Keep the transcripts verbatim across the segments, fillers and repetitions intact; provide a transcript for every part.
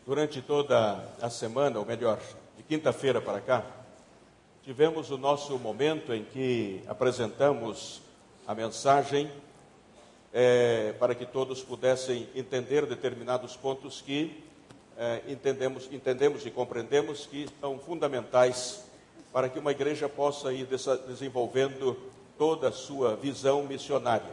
Durante toda a semana, ou melhor, de quinta-feira para cá, tivemos o nosso momento em que apresentamos a mensagem é, para que todos pudessem entender determinados pontos que é, entendemos, entendemos e compreendemos que são fundamentais para que uma igreja possa ir desenvolvendo toda a sua visão missionária.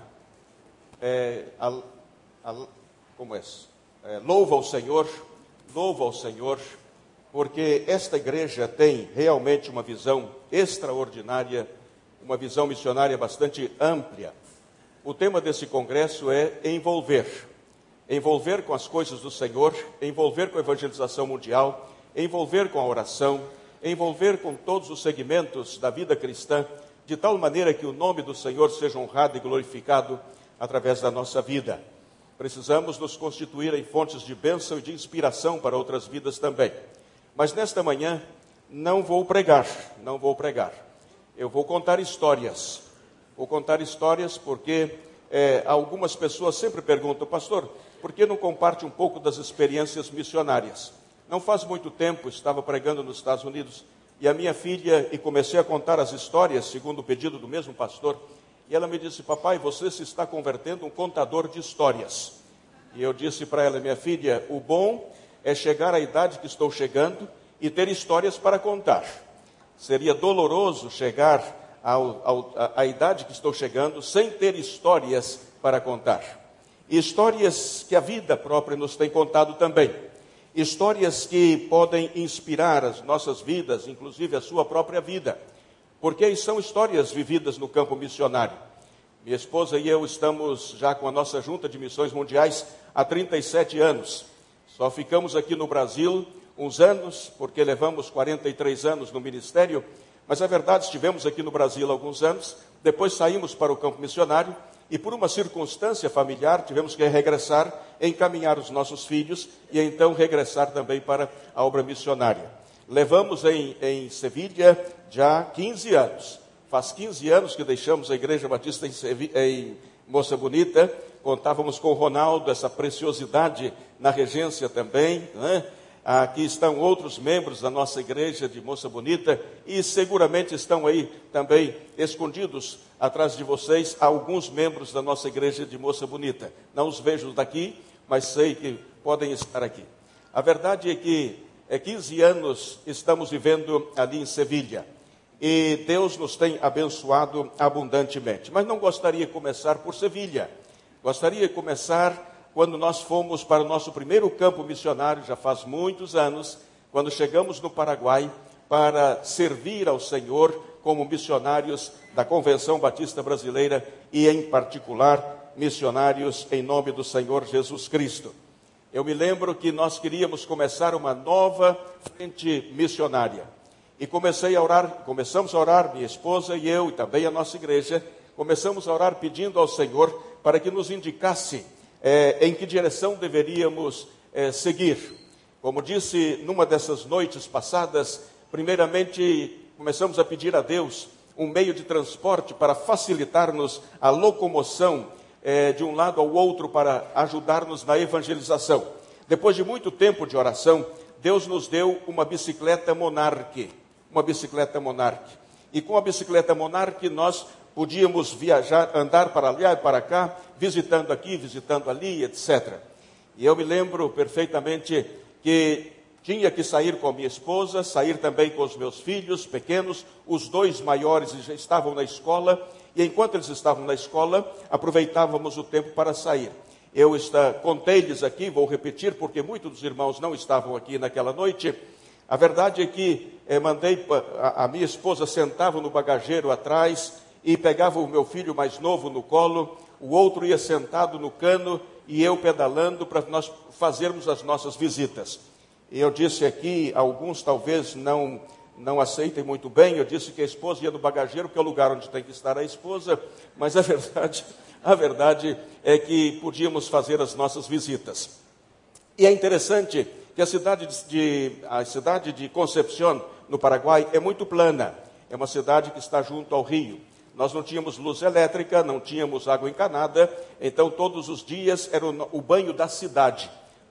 É, a, a, como é? é? Louva ao Senhor, louva ao Senhor, porque esta igreja tem realmente uma visão extraordinária, uma visão missionária bastante ampla. O tema desse congresso é envolver, envolver com as coisas do Senhor, envolver com a evangelização mundial, envolver com a oração, envolver com todos os segmentos da vida cristã, de tal maneira que o nome do Senhor seja honrado e glorificado através da nossa vida. Precisamos nos constituir em fontes de bênção e de inspiração para outras vidas também. Mas nesta manhã não vou pregar, não vou pregar. Eu vou contar histórias. Vou contar histórias porque é, algumas pessoas sempre perguntam, pastor, por que não comparte um pouco das experiências missionárias? Não faz muito tempo, estava pregando nos Estados Unidos, e a minha filha, e comecei a contar as histórias, segundo o pedido do mesmo pastor, e ela me disse, papai, você se está convertendo um contador de histórias. E eu disse para ela, minha filha, o bom é chegar à idade que estou chegando e ter histórias para contar. Seria doloroso chegar ao, ao, à idade que estou chegando sem ter histórias para contar. E histórias que a vida própria nos tem contado também. Histórias que podem inspirar as nossas vidas, inclusive a sua própria vida. Porque são histórias vividas no campo missionário. Minha esposa e eu estamos já com a nossa junta de missões mundiais há trinta e sete anos. Só ficamos aqui no Brasil uns anos, porque levamos quarenta e três anos no ministério, mas a verdade, estivemos aqui no Brasil há alguns anos, depois saímos para o campo missionário, e por uma circunstância familiar, tivemos que regressar, encaminhar os nossos filhos, e então regressar também para a obra missionária. Levamos em, em Sevilha já quinze anos. Faz quinze anos que deixamos a Igreja Batista em, Sevi- em Moça Bonita. Contávamos com o Ronaldo, essa preciosidade na regência também, né? Aqui estão outros membros da nossa igreja de Moça Bonita e seguramente estão aí também escondidos atrás de vocês alguns membros da nossa igreja de Moça Bonita. Não os vejo daqui, mas sei que podem estar aqui. A verdade é que é quinze anos estamos vivendo ali em Sevilha e Deus nos tem abençoado abundantemente. Mas não gostaria de começar por Sevilha. Gostaria de começar quando nós fomos para o nosso primeiro campo missionário, já faz muitos anos, quando chegamos no Paraguai para servir ao Senhor como missionários da Convenção Batista Brasileira e, em particular, missionários em nome do Senhor Jesus Cristo. Eu me lembro que nós queríamos começar uma nova frente missionária. E comecei a orar, começamos a orar, minha esposa e eu, e também a nossa igreja, começamos a orar pedindo ao Senhor para que nos indicasse É, em que direção deveríamos é, seguir. Como disse numa dessas noites passadas, primeiramente começamos a pedir a Deus um meio de transporte para facilitar-nos a locomoção é, de um lado ao outro para ajudar-nos na evangelização. Depois de muito tempo de oração, Deus nos deu uma bicicleta Monarch, uma bicicleta Monarch. E com a bicicleta Monarch nós podíamos viajar, andar para ali e para cá, visitando aqui, visitando ali, etcétera. E eu me lembro perfeitamente que tinha que sair com a minha esposa, sair também com os meus filhos pequenos, os dois maiores já estavam na escola, e enquanto eles estavam na escola, aproveitávamos o tempo para sair. Eu está, contei-lhes aqui, vou repetir, porque muitos dos irmãos não estavam aqui naquela noite. A verdade é que eh, mandei, a, a minha esposa sentava no bagageiro atrás, e pegava o meu filho mais novo no colo, o outro ia sentado no cano e eu pedalando para nós fazermos as nossas visitas. E eu disse aqui, alguns talvez não, não aceitem muito bem, eu disse que a esposa ia no bagageiro, que é o lugar onde tem que estar a esposa, mas a verdade, a verdade é que podíamos fazer as nossas visitas. E é interessante que a cidade de, a cidade de Concepción, no Paraguai, é muito plana, é uma cidade que está junto ao rio. Nós não tínhamos luz elétrica, não tínhamos água encanada, então todos os dias era o, o banho da cidade.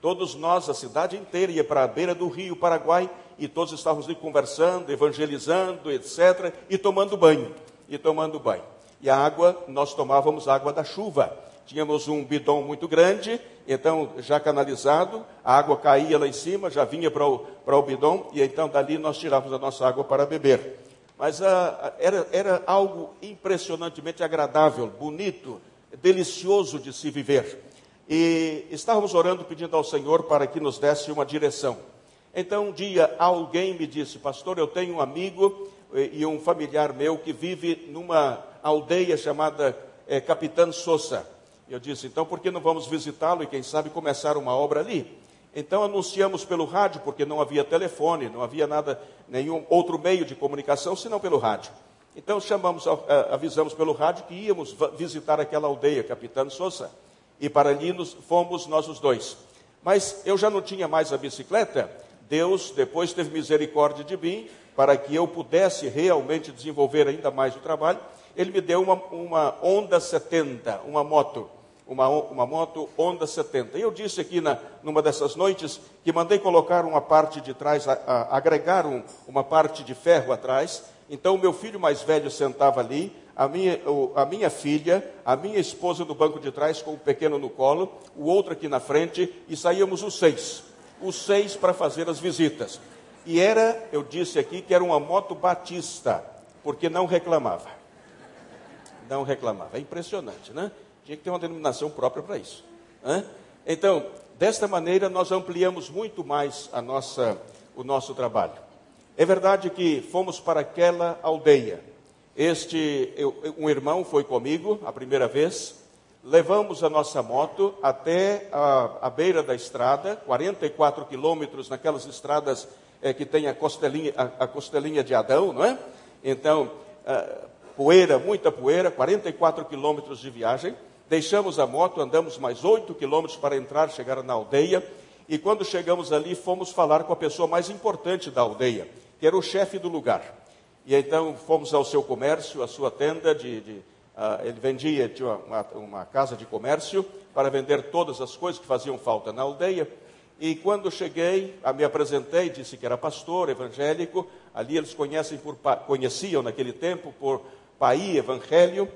todos nós, a cidade inteira, ia para a beira do rio Paraguai, e todos estávamos ali conversando, evangelizando, etcétera, e tomando banho, e tomando banho. E a água, nós tomávamos água da chuva. Tínhamos um bidão muito grande, então já canalizado, a água caía lá em cima, já vinha para o, para o bidão, e então dali nós tirávamos a nossa água para beber. Mas ah, era, era algo impressionantemente agradável, bonito, delicioso de se viver. E estávamos orando, pedindo ao Senhor para que nos desse uma direção. Então um dia alguém me disse: pastor, eu tenho um amigo e, e um familiar meu que vive numa aldeia chamada é, Capitã Sousa. Eu disse: então por que não vamos visitá-lo e quem sabe começar uma obra ali? Então anunciamos pelo rádio, porque não havia telefone, não havia nada, nenhum outro meio de comunicação, senão pelo rádio. Então chamamos, avisamos pelo rádio que íamos visitar aquela aldeia, Capitã Sousa, e para ali nos, fomos nós os dois. Mas eu já não tinha mais a bicicleta. Deus depois teve misericórdia de mim, para que eu pudesse realmente desenvolver ainda mais o trabalho. Ele me deu uma, uma Honda setenta, uma moto. Uma, uma moto Honda setenta. E eu disse aqui na, numa dessas noites que mandei colocar uma parte de trás, a, a, agregar um, uma parte de ferro atrás. Então o meu filho mais velho sentava ali, a minha, o, a minha filha, a minha esposa no banco de trás com o pequeno no colo, o outro aqui na frente, e saíamos os seis. Os seis para fazer as visitas. E era, eu disse aqui, que era uma moto Batista, porque não reclamava. Não reclamava. É impressionante, né? Tinha que ter uma denominação própria para isso. Né? Então, desta maneira, nós ampliamos muito mais a nossa, o nosso trabalho. É verdade que fomos para aquela aldeia. Este, eu, um irmão foi comigo a primeira vez. Levamos a nossa moto até a, a beira da estrada, quarenta e quatro quilômetros naquelas estradas é, que tem a costelinha, a, a costelinha de Adão, não é? Então, a, poeira, muita poeira, quarenta e quatro quilômetros de viagem. Deixamos a moto, andamos mais oito quilômetros para entrar, chegar na aldeia. E quando chegamos ali, fomos falar com a pessoa mais importante da aldeia, que era o chefe do lugar. E então fomos ao seu comércio, à sua tenda de... de Uh, ele vendia, tinha uma, uma casa de comércio para vender todas as coisas que faziam falta na aldeia. E quando cheguei, a, me apresentei, disse que era pastor evangélico. Ali eles conhecem por, conheciam naquele tempo por Pai Evangelho.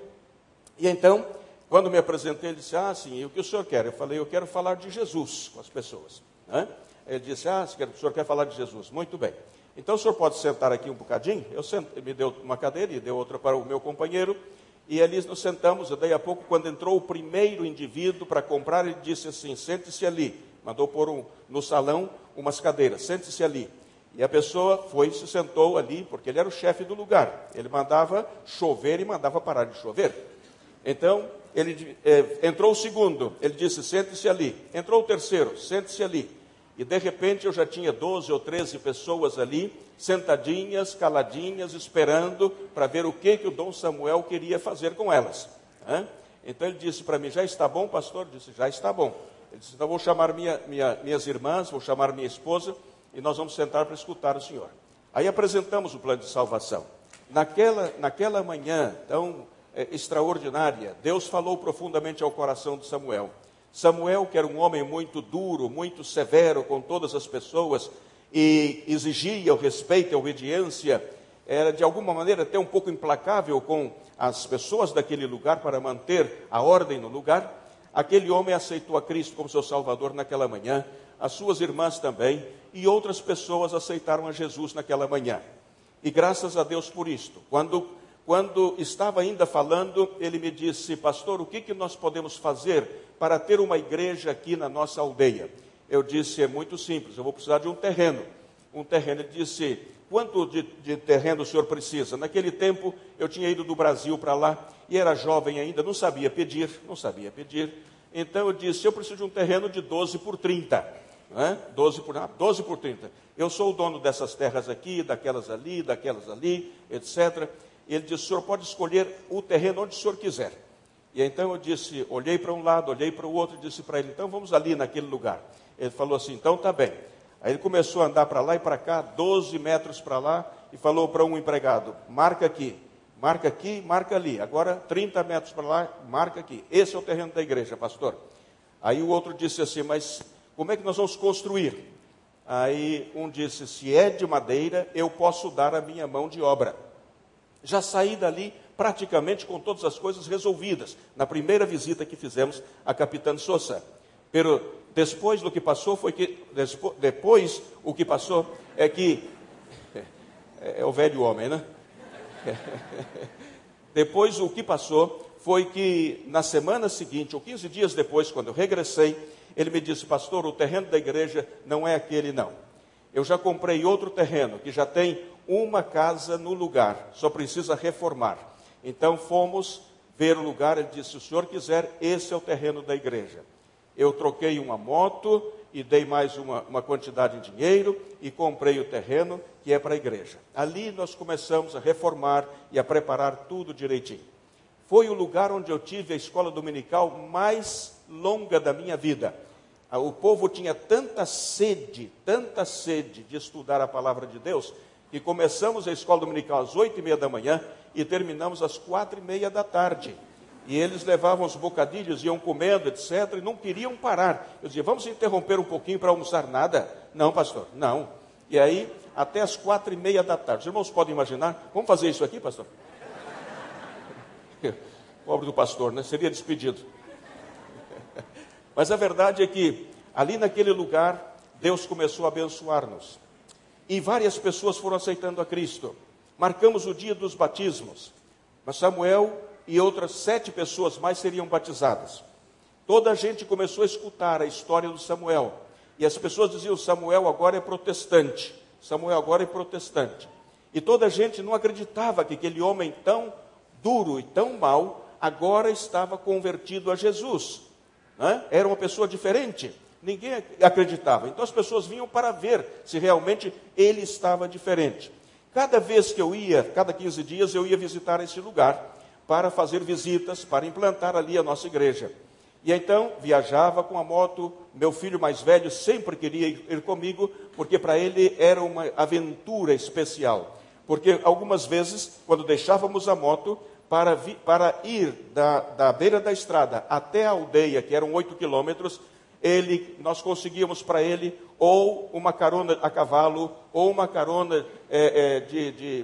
E então, quando me apresentei, ele disse: ah, sim, e o que o senhor quer? Eu falei: eu quero falar de Jesus com as pessoas. Né? Ele disse: ah, o senhor quer falar de Jesus? Muito bem. Então o senhor pode sentar aqui um bocadinho? Eu sento, ele me deu uma cadeira e deu outra para o meu companheiro. E ali nos sentamos, e daí a pouco, quando entrou o primeiro indivíduo para comprar, ele disse assim: sente-se ali. Mandou pôr um, no salão umas cadeiras, sente-se ali. E a pessoa foi e se sentou ali, porque ele era o chefe do lugar. Ele mandava chover e mandava parar de chover. Então, ele, é, entrou o segundo, ele disse: sente-se ali. Entrou o terceiro, sente-se ali. E de repente eu já tinha doze ou treze pessoas ali, sentadinhas, caladinhas, esperando para ver o que, que o Dom Samuel queria fazer com elas. Né? Então ele disse para mim: já está bom, pastor? Eu disse: já está bom. Ele disse: então vou chamar minha, minha, minhas irmãs, vou chamar minha esposa, e nós vamos sentar para escutar o senhor. Aí apresentamos o plano de salvação. Naquela, naquela manhã tão é, extraordinária, Deus falou profundamente ao coração de Samuel. Samuel, que era um homem muito duro, muito severo com todas as pessoas, e exigia o respeito e a obediência, era de alguma maneira até um pouco implacável com as pessoas daquele lugar para manter a ordem no lugar. Aquele homem aceitou a Cristo como seu Salvador naquela manhã, as suas irmãs também, e outras pessoas aceitaram a Jesus naquela manhã. E graças a Deus por isto. Quando, quando estava ainda falando, ele me disse: pastor, o que, que nós podemos fazer para ter uma igreja aqui na nossa aldeia? Eu disse: é muito simples, eu vou precisar de um terreno. Um terreno. Ele disse: quanto de, de terreno o senhor precisa? Naquele tempo, eu tinha ido do Brasil para lá, e era jovem ainda, não sabia pedir, não sabia pedir. Então eu disse: eu preciso de um terreno de doze por trinta. Né? doze por, ah, doze por trinta. Eu sou o dono dessas terras aqui, daquelas ali, daquelas ali, etcétera. Ele disse: o senhor pode escolher o terreno onde o senhor quiser. E então eu disse, olhei para um lado, olhei para o outro e disse para ele: então vamos ali naquele lugar. Ele falou assim: então tá bem. Aí ele começou a andar para lá e para cá, doze metros para lá, e falou para um empregado: marca aqui, marca aqui, marca ali. Agora trinta metros para lá, marca aqui. Esse é o terreno da igreja, pastor. Aí o outro disse assim: mas como é que nós vamos construir? Aí um disse, se é de madeira, eu posso dar a minha mão de obra. Já saí dali praticamente com todas as coisas resolvidas, na primeira visita que fizemos a Capitã Sousa. Pero depois do que passou, foi que, depois o que passou é que, é, é o velho homem, né? Depois o que passou foi que na semana seguinte, ou quinze dias depois, quando eu regressei, ele me disse, pastor, o terreno da igreja não é aquele não. Eu já comprei outro terreno, que já tem uma casa no lugar, só precisa reformar. Então fomos ver o lugar, ele disse, se o senhor quiser, esse é o terreno da igreja. Eu troquei uma moto e dei mais uma, uma quantidade de dinheiro e comprei o terreno que é para a igreja. Ali nós começamos a reformar e a preparar tudo direitinho. Foi o lugar onde eu tive a escola dominical mais longa da minha vida. O povo tinha tanta sede, tanta sede de estudar a palavra de Deus, que começamos a escola dominical às oito e meia da manhã e terminamos às quatro e meia da tarde. E eles levavam os bocadilhos, iam comendo, etcétera, e não queriam parar. Eu dizia, vamos interromper um pouquinho para almoçar? Nada? Não, pastor, não. E aí, até às quatro e meia da tarde. Os irmãos podem imaginar? Vamos fazer isso aqui, pastor? Pobre do pastor, né? Seria despedido. Mas a verdade é que, ali naquele lugar, Deus começou a abençoar-nos. E várias pessoas foram aceitando a Cristo. Marcamos o dia dos batismos. Mas Samuel e outras sete pessoas mais seriam batizadas. Toda a gente começou a escutar a história do Samuel. E as pessoas diziam, Samuel agora é protestante. Samuel agora é protestante. E toda a gente não acreditava que aquele homem tão duro e tão mau, agora estava convertido a Jesus. Né? Era uma pessoa diferente. Ninguém acreditava. Então as pessoas vinham para ver se realmente ele estava diferente. Cada vez que eu ia, cada quinze dias, eu ia visitar esse lugar para fazer visitas, para implantar ali a nossa igreja. E então viajava com a moto, meu filho mais velho sempre queria ir comigo, porque para ele era uma aventura especial. Porque algumas vezes, quando deixávamos a moto, para, vi, para ir da, da beira da estrada até a aldeia, que eram oito quilômetros, ele, nós conseguíamos para ele ou uma carona a cavalo, ou uma carona é, é, de, de,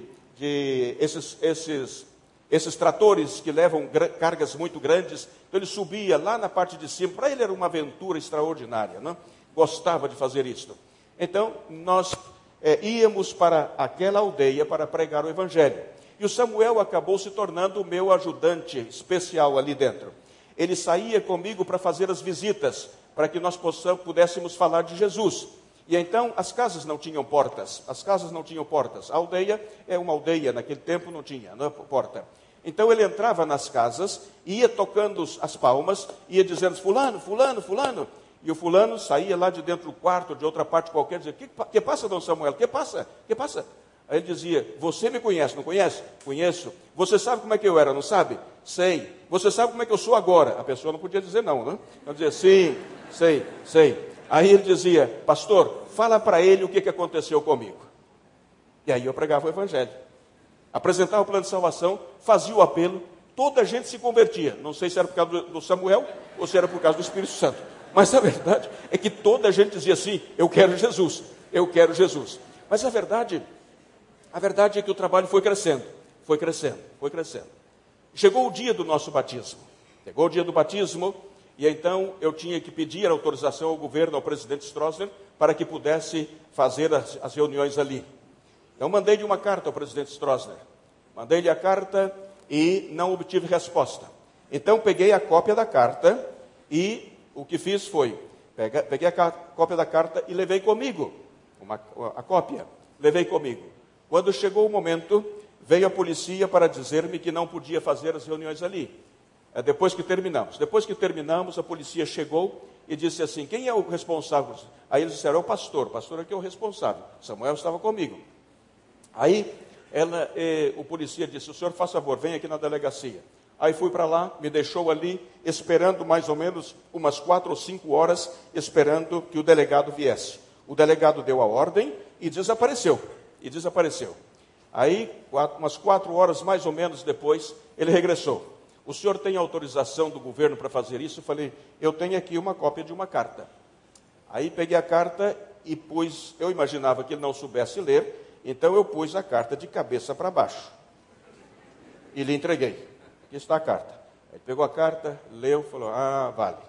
de esses, esses, esses tratores que levam cargas muito grandes. Então ele subia lá na parte de cima, para ele era uma aventura extraordinária, não? Gostava de fazer isso. Então nós é, íamos para aquela aldeia para pregar o evangelho. E o Samuel acabou se tornando o meu ajudante especial ali dentro. Ele saía comigo para fazer as visitas, para que nós possamos, pudéssemos falar de Jesus. E então as casas não tinham portas, as casas não tinham portas. A aldeia é uma aldeia, naquele tempo não tinha, não é porta. Então ele entrava nas casas, ia tocando as palmas, ia dizendo, fulano, fulano, fulano. E o fulano saía lá de dentro do quarto, de outra parte qualquer, dizia, que, que passa, Dom Samuel? Que passa? Que passa? Aí ele dizia, você me conhece, não conhece? Conheço. Você sabe como é que eu era, não sabe? Sei. Você sabe como é que eu sou agora? A pessoa não podia dizer não, né? Ela dizia, sim, sei, sei. Aí ele dizia, pastor, fala para ele o que, que aconteceu comigo. E aí eu pregava o evangelho. Apresentava o plano de salvação, fazia o apelo, toda a gente se convertia. Não sei se era por causa do Samuel ou se era por causa do Espírito Santo. Mas a verdade é que toda a gente dizia assim, eu quero Jesus, eu quero Jesus. Mas a verdade, a verdade é que o trabalho foi crescendo, foi crescendo, foi crescendo. Chegou o dia do nosso batismo. Chegou o dia do batismo e então eu tinha que pedir autorização ao governo, ao presidente Stroessner, para que pudesse fazer as, as reuniões ali. Então mandei-lhe uma carta ao presidente Stroessner. Mandei-lhe a carta e não obtive resposta. Então peguei a cópia da carta e o que fiz foi, peguei a cópia da carta e levei comigo, uma, a cópia, levei comigo. Quando chegou o momento, veio a polícia para dizer-me que não podia fazer as reuniões ali. É depois que terminamos. Depois que terminamos, a polícia chegou e disse assim, quem é o responsável? Aí eles disseram, é o pastor, o pastor aqui é o responsável. Samuel estava comigo. Aí ela, eh, o polícia disse, o senhor, faz favor, vem aqui na delegacia. Aí fui para lá, me deixou ali, esperando mais ou menos umas quatro ou cinco horas, esperando que o delegado viesse. O delegado deu a ordem e desapareceu. E desapareceu. Aí, quatro, umas quatro horas mais ou menos depois, ele regressou. O senhor tem autorização do governo para fazer isso? Eu falei, eu tenho aqui uma cópia de uma carta. Aí peguei a carta e pus, eu imaginava que ele não soubesse ler, então eu pus a carta de cabeça para baixo. E lhe entreguei. Aqui está a carta. Ele pegou a carta, leu, falou, ah, vale.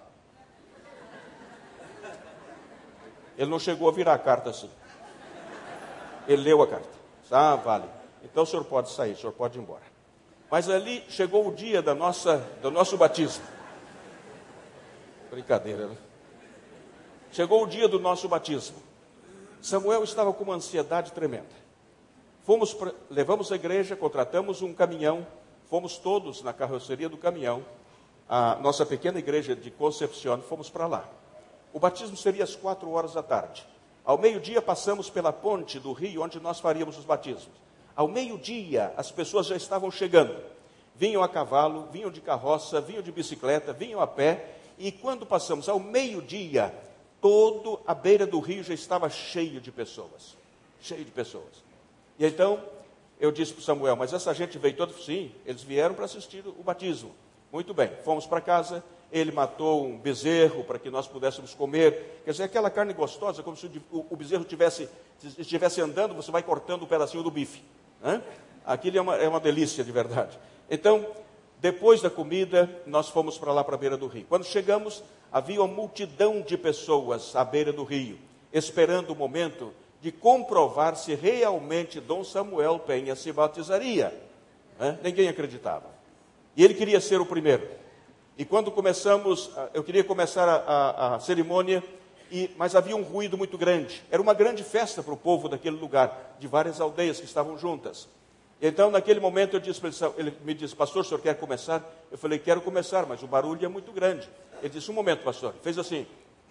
Ele não chegou a virar a carta assim. Ele leu a carta. Ah, vale. Então o senhor pode sair, o senhor pode ir embora. Mas ali chegou o dia da nossa, do nosso batismo. Brincadeira, né? Chegou o dia do nosso batismo. Samuel estava com uma ansiedade tremenda. Fomos, pra, levamos a igreja, contratamos um caminhão, fomos todos na carroceria do caminhão, a nossa pequena igreja de Concepción, fomos para lá. O batismo seria às quatro horas da tarde. Ao meio-dia passamos pela ponte do rio, onde nós faríamos os batismos. Ao meio-dia, as pessoas já estavam chegando. Vinham a cavalo, vinham de carroça, vinham de bicicleta, vinham a pé. E quando passamos ao meio-dia, toda a beira do rio já estava cheio de pessoas. Cheio de pessoas. E então, eu disse para Samuel, mas essa gente veio toda? Sim, eles vieram para assistir o batismo. Muito bem, fomos para casa, ele matou um bezerro para que nós pudéssemos comer. Quer dizer, aquela carne gostosa, como se o bezerro tivesse, estivesse andando, você vai cortando um pedacinho do bife. Né? Aquilo é uma, é uma delícia de verdade. Então, depois da comida, nós fomos para lá, para a beira do rio. Quando chegamos, havia uma multidão de pessoas à beira do rio, esperando o momento de comprovar se realmente Dom Samuel Penha se batizaria. Né? Ninguém acreditava. E ele queria ser o primeiro. E quando começamos, eu queria começar a, a, a cerimônia, e, mas havia um ruído muito grande. Era uma grande festa para o povo daquele lugar, de várias aldeias que estavam juntas. E então, naquele momento, eu disse para ele, ele me disse, pastor, o senhor quer começar? Eu falei, quero começar, mas o barulho é muito grande. Ele disse, um momento, pastor. Fez assim.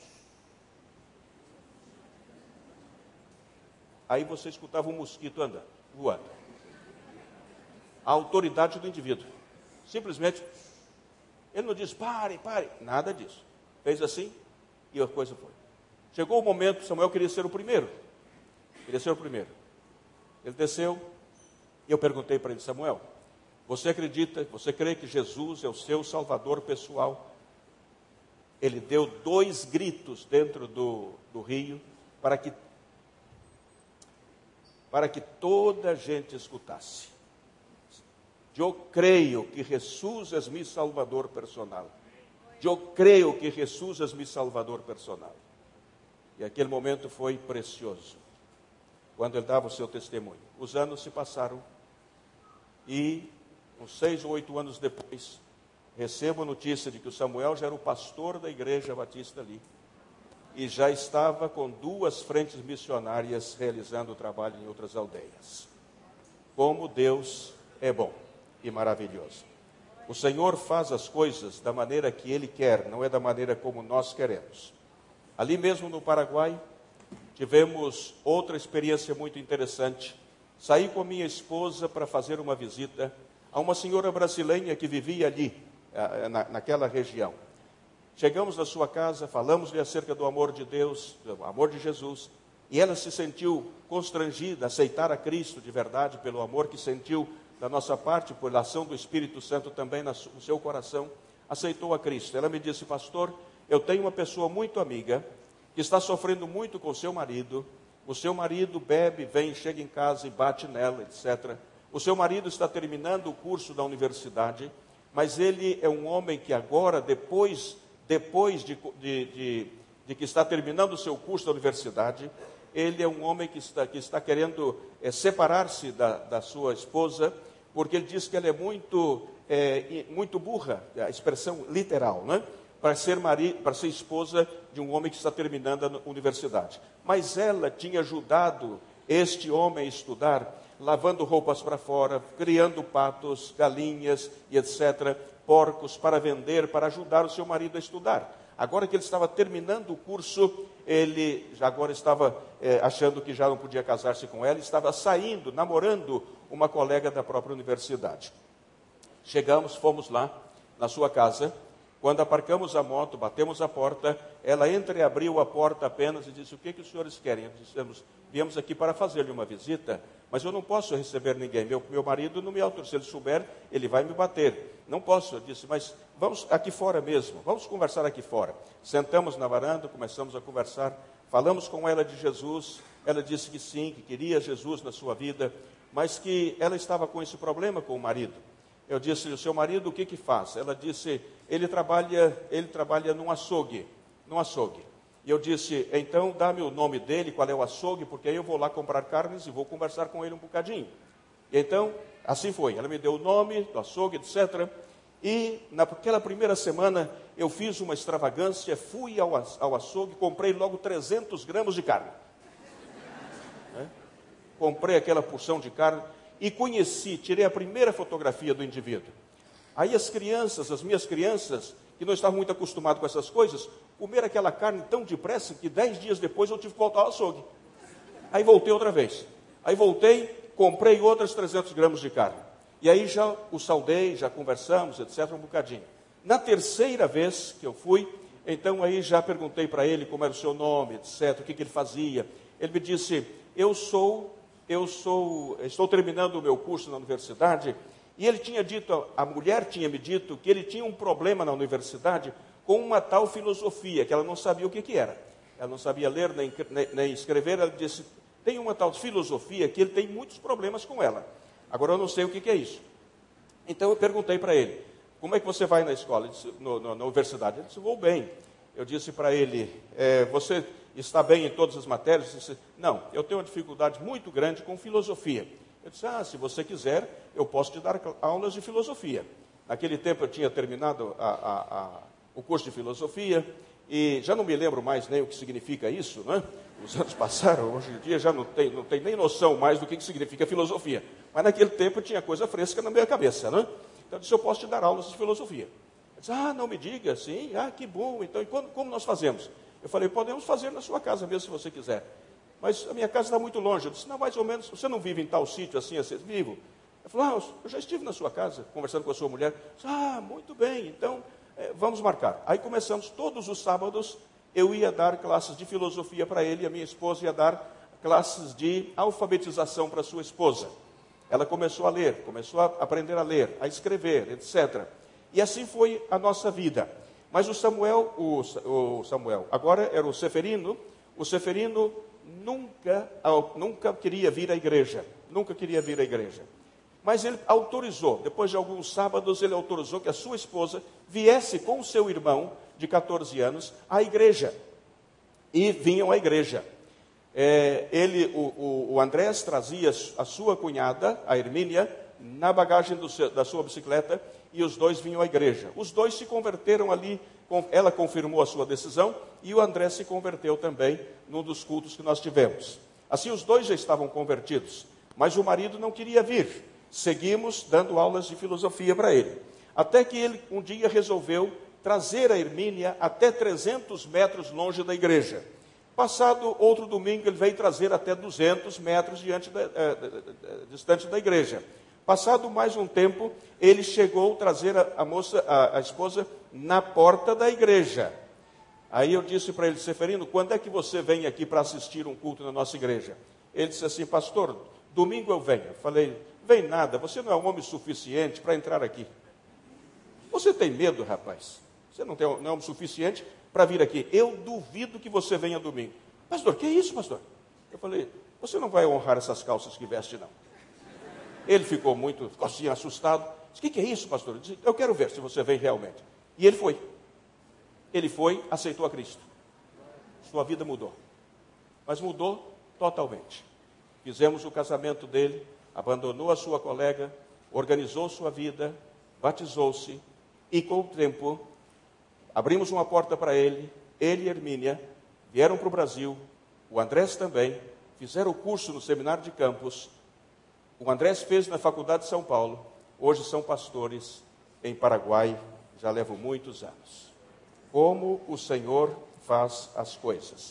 Aí você escutava um mosquito andando, voando. A autoridade do indivíduo. Simplesmente, ele não disse, pare, pare. Nada disso. Fez assim e a coisa foi. Chegou o momento, Samuel queria ser o primeiro. Queria ser o primeiro. Ele desceu e eu perguntei para ele, Samuel, você acredita, você crê que Jesus é o seu salvador pessoal? Ele deu dois gritos dentro do, do rio para que, para que toda a gente escutasse. Eu creio que Jesus é meu salvador personal. Eu creio que Jesus é meu salvador personal. E aquele momento foi precioso, quando ele dava o seu testemunho. Os anos se passaram e, uns seis ou oito anos depois, recebo a notícia de que o Samuel já era o pastor da igreja batista ali. E já estava com duas frentes missionárias realizando o trabalho em outras aldeias. Como Deus é bom e maravilhoso. O Senhor faz as coisas da maneira que Ele quer, não é da maneira como nós queremos. Ali mesmo no Paraguai, tivemos outra experiência muito interessante. Saí com a minha esposa para fazer uma visita a uma senhora brasileira que vivia ali, na, naquela região. Chegamos na sua casa, falamos-lhe acerca do amor de Deus, do amor de Jesus, e ela se sentiu constrangida a aceitar a Cristo de verdade, pelo amor que sentiu da nossa parte, por ação do Espírito Santo também no seu coração, aceitou a Cristo. Ela me disse, pastor, eu tenho uma pessoa muito amiga, que está sofrendo muito com o seu marido. O seu marido bebe, vem, chega em casa e bate nela, etcétera. O seu marido está terminando o curso da universidade, mas ele é um homem que agora, depois, depois de, de, de, de que está terminando o seu curso da universidade, ele é um homem que está, que está querendo é, separar-se da, da sua esposa, porque ele diz que ela é muito, é, muito burra, a expressão literal, né? Para ser, marido, para ser esposa de um homem que está terminando a universidade. Mas ela tinha ajudado este homem a estudar, lavando roupas para fora, criando patos, galinhas e etcétera, porcos para vender, para ajudar o seu marido a estudar. Agora que ele estava terminando o curso, ele já agora estava é, achando que já não podia casar-se com ela, estava saindo, namorando uma colega da própria universidade. Chegamos, fomos lá na sua casa, Quando aparcamos a moto, batemos a porta, ela entreabriu a porta apenas e disse: o que, que os senhores querem? Dissemos: viemos aqui para fazer-lhe uma visita, mas eu não posso receber ninguém. Meu, meu marido não me autoriza. Se ele souber, ele vai me bater. Não posso. Eu disse: mas vamos aqui fora mesmo, vamos conversar aqui fora. Sentamos na varanda, começamos a conversar, falamos com ela de Jesus. Ela disse que sim, que queria Jesus na sua vida, mas que ela estava com esse problema com o marido. Eu disse: o seu marido o que que faz? Ela disse: ele trabalha, ele trabalha num açougue, num açougue. E eu disse: então dá-me o nome dele, qual é o açougue, porque aí eu vou lá comprar carnes e vou conversar com ele um bocadinho. E então, assim foi. Ela me deu o nome do açougue, etcétera. E naquela primeira semana eu fiz uma extravagância, fui ao, ao açougue, comprei logo trezentos gramas de carne. É? Comprei aquela porção de carne e conheci, tirei a primeira fotografia do indivíduo. Aí as crianças, as minhas crianças, que não estavam muito acostumadas com essas coisas, comeram aquela carne tão depressa que dez dias depois eu tive que voltar ao açougue. Aí voltei outra vez. Aí voltei, comprei outras trezentos gramas de carne. E aí já o saudei, já conversamos, etcétera, um bocadinho. Na terceira vez que eu fui, então aí já perguntei para ele como era o seu nome, etcétera, o que, que ele fazia. Ele me disse: eu sou... Eu sou, estou terminando o meu curso na universidade, e ele tinha dito, a mulher tinha me dito, que ele tinha um problema na universidade com uma tal filosofia, que ela não sabia o que, que era. Ela não sabia ler nem, nem, nem escrever. Ela disse: tem uma tal filosofia que ele tem muitos problemas com ela. Agora eu não sei o que, que é isso. Então eu perguntei para ele: como é que você vai na escola? Ele disse, no, no, na universidade? Ele disse: vou bem. Eu disse para ele: é, você está bem em todas as matérias? Ele disse: não, eu tenho uma dificuldade muito grande com filosofia. Eu disse: ah, se você quiser, eu posso te dar aulas de filosofia. Naquele tempo eu tinha terminado a, a, a, o curso de filosofia, e já não me lembro mais nem o que significa isso, né? Os anos passaram, hoje em dia já não tenho, não tenho nem noção mais do que, que significa filosofia. Mas naquele tempo tinha coisa fresca na minha cabeça, né? Então eu disse: eu posso te dar aulas de filosofia. Ele disse: ah, não me diga, sim, ah, que bom. Então, e quando, como nós fazemos? Eu falei: podemos fazer na sua casa mesmo, se você quiser. Mas a minha casa está muito longe. Eu disse: não, mais ou menos, você não vive em tal sítio assim, assim? Vivo. Eu falei: ah, eu já estive na sua casa, conversando com a sua mulher. Eu disse: ah, muito bem, então é, vamos marcar. Aí começamos, todos os sábados, eu ia dar classes de filosofia para ele, e a minha esposa ia dar classes de alfabetização para sua esposa. Ela começou a ler, começou a aprender a ler, a escrever, etcétera. E assim foi a nossa vida. Mas o Samuel, o, o Samuel, agora era o Seferino, o Seferino nunca, nunca queria vir à igreja, nunca queria vir à igreja. Mas ele autorizou, depois de alguns sábados, ele autorizou que a sua esposa viesse com o seu irmão, de catorze anos, à igreja. E vinham à igreja. É, ele, o, o, o Andrés trazia a sua cunhada, a Hermínia, na bagagem do seu, da sua bicicleta, e os dois vinham à igreja. Os dois se converteram ali, ela confirmou a sua decisão, e o André se converteu também num dos cultos que nós tivemos. Assim, os dois já estavam convertidos, mas o marido não queria vir. Seguimos dando aulas de filosofia para ele. Até que ele um dia resolveu trazer a Hermínia até trezentos metros longe da igreja. Passado outro domingo, ele veio trazer até duzentos metros diante da, eh, distante da igreja. Passado mais um tempo, ele chegou a trazer a, a moça, a, a esposa, na porta da igreja. Aí eu disse para ele: Seferino, quando é que você vem aqui para assistir um culto na nossa igreja? Ele disse assim: pastor, domingo eu venho. Eu falei: vem nada, você não é um homem suficiente para entrar aqui. Você tem medo, rapaz? Você não, tem, não é homem suficiente para vir aqui. Eu duvido que você venha domingo. Pastor, que é isso, pastor? Eu falei: você não vai honrar essas calças que veste, não. Ele ficou muito, ficou assim, assustado. Disse: o que, que é isso, pastor? Eu disse: eu quero ver se você vem realmente. E ele foi. Ele foi, aceitou a Cristo. Sua vida mudou. Mas mudou totalmente. Fizemos o casamento dele, abandonou a sua colega, organizou sua vida, batizou-se, e com o tempo, abrimos uma porta para ele, ele e Hermínia vieram para o Brasil, o Andrés também, fizeram o curso no Seminário de Campos. O Andrés fez na Faculdade de São Paulo, hoje são pastores em Paraguai, já levam muitos anos. Como o Senhor faz as coisas.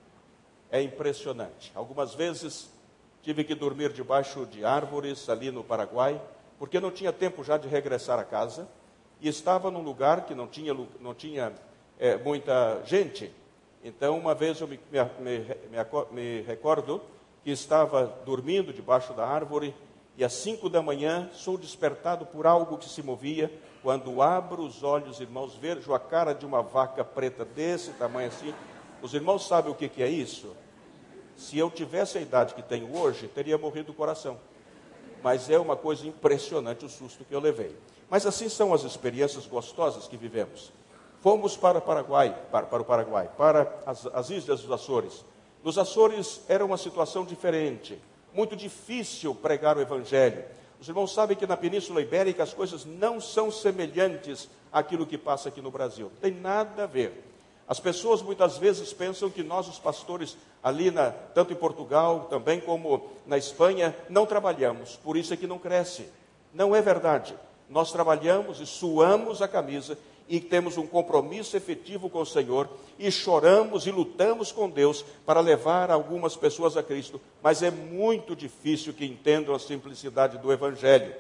É impressionante. Algumas vezes tive que dormir debaixo de árvores ali no Paraguai, porque não tinha tempo já de regressar a casa. e estava num lugar que não tinha, não tinha é, muita gente. Então, uma vez eu me, me, me, me recordo que estava dormindo debaixo da árvore, e às cinco da manhã sou despertado por algo que se movia. Quando abro os olhos, irmãos, vejo a cara de uma vaca preta desse tamanho assim. Os irmãos sabem o que, que é isso? Se eu tivesse a idade que tenho hoje, teria morrido do coração. Mas é uma coisa impressionante o susto que eu levei. Mas assim são as experiências gostosas que vivemos. Fomos para o Paraguai, para, para o Paraguai, para as, as Ilhas dos Açores. Nos Açores era uma situação diferente, muito difícil pregar o Evangelho. Os irmãos sabem que na Península Ibérica as coisas não são semelhantes àquilo que passa aqui no Brasil. Não tem nada a ver. As pessoas muitas vezes pensam que nós, os pastores, ali na, tanto em Portugal, também como na Espanha, não trabalhamos, por isso é que não cresce. Não é verdade. Nós trabalhamos e suamos a camisa e temos um compromisso efetivo com o Senhor, e choramos e lutamos com Deus para levar algumas pessoas a Cristo, mas é muito difícil que entendam a simplicidade do Evangelho.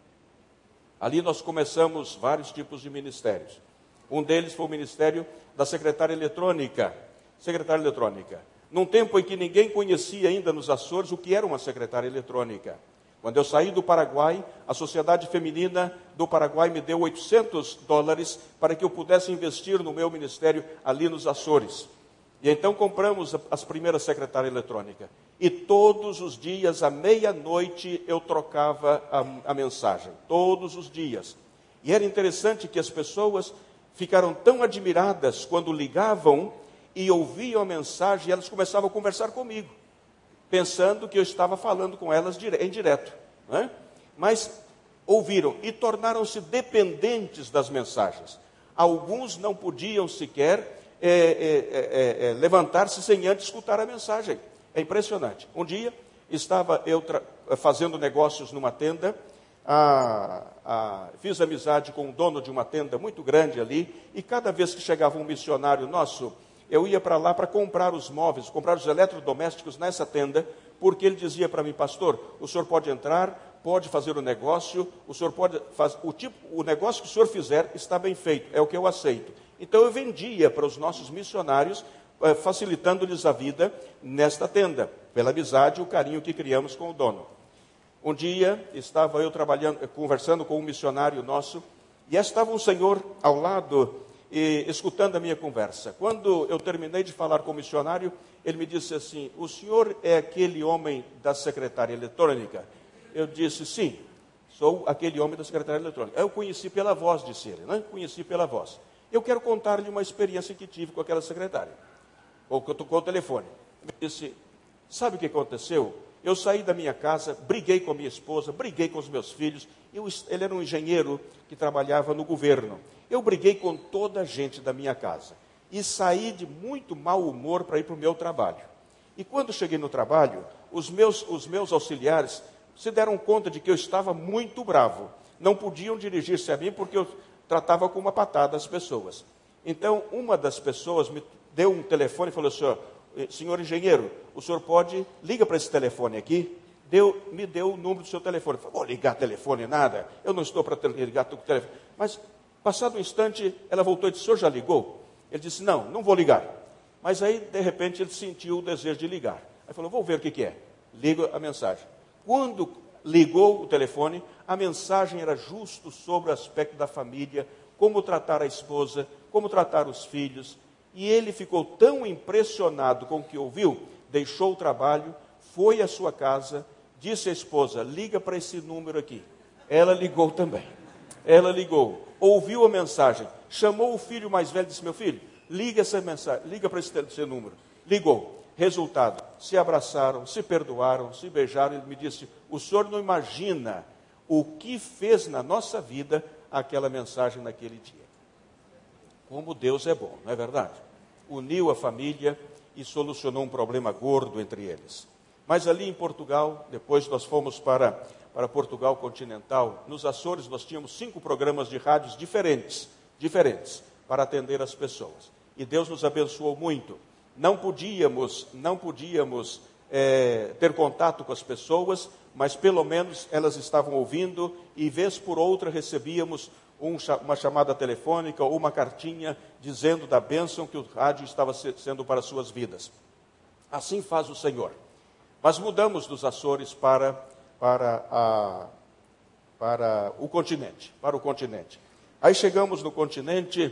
Ali nós começamos vários tipos de ministérios. Um deles foi o ministério da secretária eletrônica. Secretária eletrônica. Num tempo em que ninguém conhecia ainda nos Açores o que era uma secretária eletrônica. Quando eu saí do Paraguai, a Sociedade Feminina do Paraguai me deu oitocentos dólares para que eu pudesse investir no meu ministério ali nos Açores. E então compramos as primeiras secretárias eletrônicas. E todos os dias, à meia-noite, eu trocava a, a mensagem. Todos os dias. E era interessante que as pessoas ficaram tão admiradas quando ligavam e ouviam a mensagem, e elas começavam a conversar comigo, pensando que eu estava falando com elas em direto, né? Mas ouviram e tornaram-se dependentes das mensagens. Alguns não podiam sequer é, é, é, é, levantar-se sem antes escutar a mensagem. É impressionante. Um dia estava eu fazendo negócios numa tenda, a, a, fiz amizade com o dono de uma tenda muito grande ali, e cada vez que chegava um missionário nosso, eu ia para lá para comprar os móveis, comprar os eletrodomésticos nessa tenda, porque ele dizia para mim: pastor, o senhor pode entrar, pode fazer o negócio, o senhor pode fazer, o tipo, o negócio que o senhor fizer está bem feito, é o que eu aceito. Então eu vendia para os nossos missionários, eh, facilitando-lhes a vida nesta tenda, pela amizade e o carinho que criamos com o dono. Um dia estava eu trabalhando, conversando com um missionário nosso, e estava um senhor ao lado, e, escutando a minha conversa. Quando eu terminei de falar com o missionário, ele me disse assim: o senhor é aquele homem da secretária eletrônica? Eu disse: sim, sou aquele homem da secretária eletrônica. Eu conheci pela voz, disse ele, né? Conheci pela voz. Eu quero contar-lhe uma experiência que tive com aquela secretária, ou que eu tocou o telefone. Ele disse: sabe o que aconteceu? Eu saí da minha casa, briguei com a minha esposa, briguei com os meus filhos. Eu, ele era um engenheiro que trabalhava no governo. Eu briguei com toda a gente da minha casa. E saí de muito mau humor para ir para o meu trabalho. E quando cheguei no trabalho, os meus, os meus auxiliares se deram conta de que eu estava muito bravo. Não podiam dirigir-se a mim porque eu tratava com uma patada as pessoas. Então, uma das pessoas me deu um telefone e falou: senhor, senhor engenheiro, o senhor pode, liga para esse telefone aqui. Deu, me deu o número do seu telefone. Eu falei: vou ligar telefone nada, eu não estou para ligar o telefone. Mas, passado um instante, ela voltou e disse: o senhor já ligou? Ele disse: não, não vou ligar. Mas aí, de repente, ele sentiu o desejo de ligar. Aí falou: vou ver o que, que é. Liga a mensagem. Quando ligou o telefone, a mensagem era justo sobre o aspecto da família, como tratar a esposa, como tratar os filhos. E ele ficou tão impressionado com o que ouviu, deixou o trabalho, foi à sua casa, disse à esposa: liga para esse número aqui. Ela ligou também. Ela ligou, ouviu a mensagem, chamou o filho mais velho e disse: meu filho, liga essa mensagem, liga para esse, esse número. Ligou. Resultado, se abraçaram, se perdoaram, se beijaram. Ele me disse: o senhor não imagina o que fez na nossa vida aquela mensagem naquele dia. Como Deus é bom, não é verdade? Uniu a família e solucionou um problema gordo entre eles. Mas ali em Portugal, depois nós fomos para, para Portugal continental. Nos Açores nós tínhamos cinco programas de rádios diferentes, diferentes, para atender as pessoas. E Deus nos abençoou muito. Não podíamos, não podíamos é, ter contato com as pessoas, mas pelo menos elas estavam ouvindo, e vez por outra recebíamos um, uma chamada telefônica ou uma cartinha dizendo da bênção que o rádio estava sendo para suas vidas. Assim faz o Senhor. Mas mudamos dos Açores para, para, a, para o continente, para o continente. Aí chegamos no continente,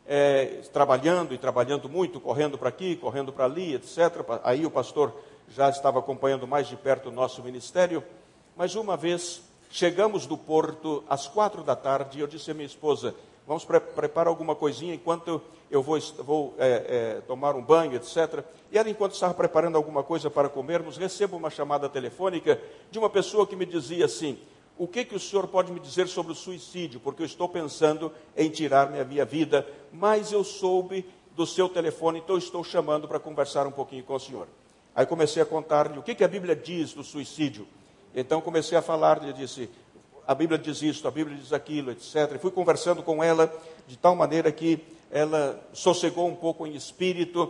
é, trabalhando e trabalhando muito, correndo para aqui, correndo para ali, etcétera. Aí o pastor já estava acompanhando mais de perto o nosso ministério. Mas uma vez, chegamos do porto às quatro da tarde, e eu disse à minha esposa, vamos pre preparar alguma coisinha enquanto eu vou, vou é, é, tomar um banho, etcétera. E ela, enquanto estava preparando alguma coisa para comermos, recebo uma chamada telefônica de uma pessoa que me dizia assim, o que, que o senhor pode me dizer sobre o suicídio? Porque eu estou pensando em tirar minha, minha vida, mas eu soube do seu telefone, então eu estou chamando para conversar um pouquinho com o senhor. Aí comecei a contar-lhe o que, que a Bíblia diz do suicídio. Então comecei a falar, ele disse, a Bíblia diz isso, a Bíblia diz aquilo, etcétera. E fui conversando com ela de tal maneira que ela sossegou um pouco em espírito.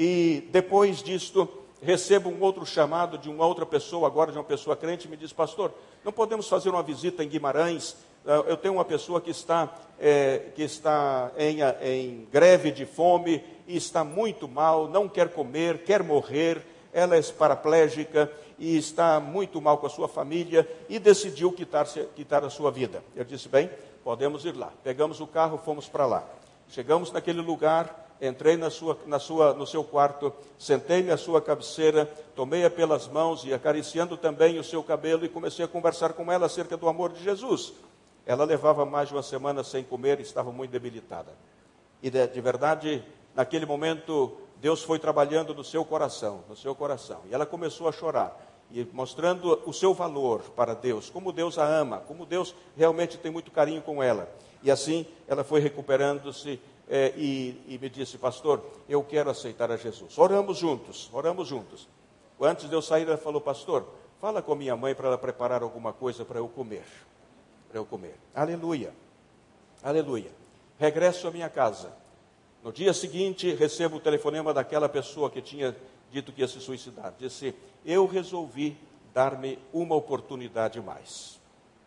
E depois disto, recebo um outro chamado de uma outra pessoa, agora de uma pessoa crente, me diz, pastor, não podemos fazer uma visita em Guimarães? Eu tenho uma pessoa que está, é, que está em, em greve de fome e está muito mal, não quer comer, quer morrer, ela é paraplégica e está muito mal com a sua família e decidiu quitar, quitar a sua vida. Eu disse, bem, podemos ir lá. Pegamos o carro, fomos para lá. Chegamos naquele lugar, entrei na sua, na sua, no seu quarto, sentei-me à sua cabeceira, tomei-a pelas mãos e acariciando também o seu cabelo e comecei a conversar com ela acerca do amor de Jesus. Ela levava mais de uma semana sem comer e estava muito debilitada. E de, de verdade, naquele momento, Deus foi trabalhando no seu coração, no seu coração. E ela começou a chorar, e mostrando o seu valor para Deus, como Deus a ama, como Deus realmente tem muito carinho com ela. E assim, ela foi recuperando-se é, e, e me disse, pastor, eu quero aceitar a Jesus. Oramos juntos, oramos juntos. Antes de eu sair, ela falou, pastor, fala com minha mãe para ela preparar alguma coisa para eu comer. Para eu comer. Aleluia, aleluia. Regresso à minha casa. No dia seguinte, recebo o telefonema daquela pessoa que tinha dito que ia se suicidar. Disse, eu resolvi dar-me uma oportunidade mais.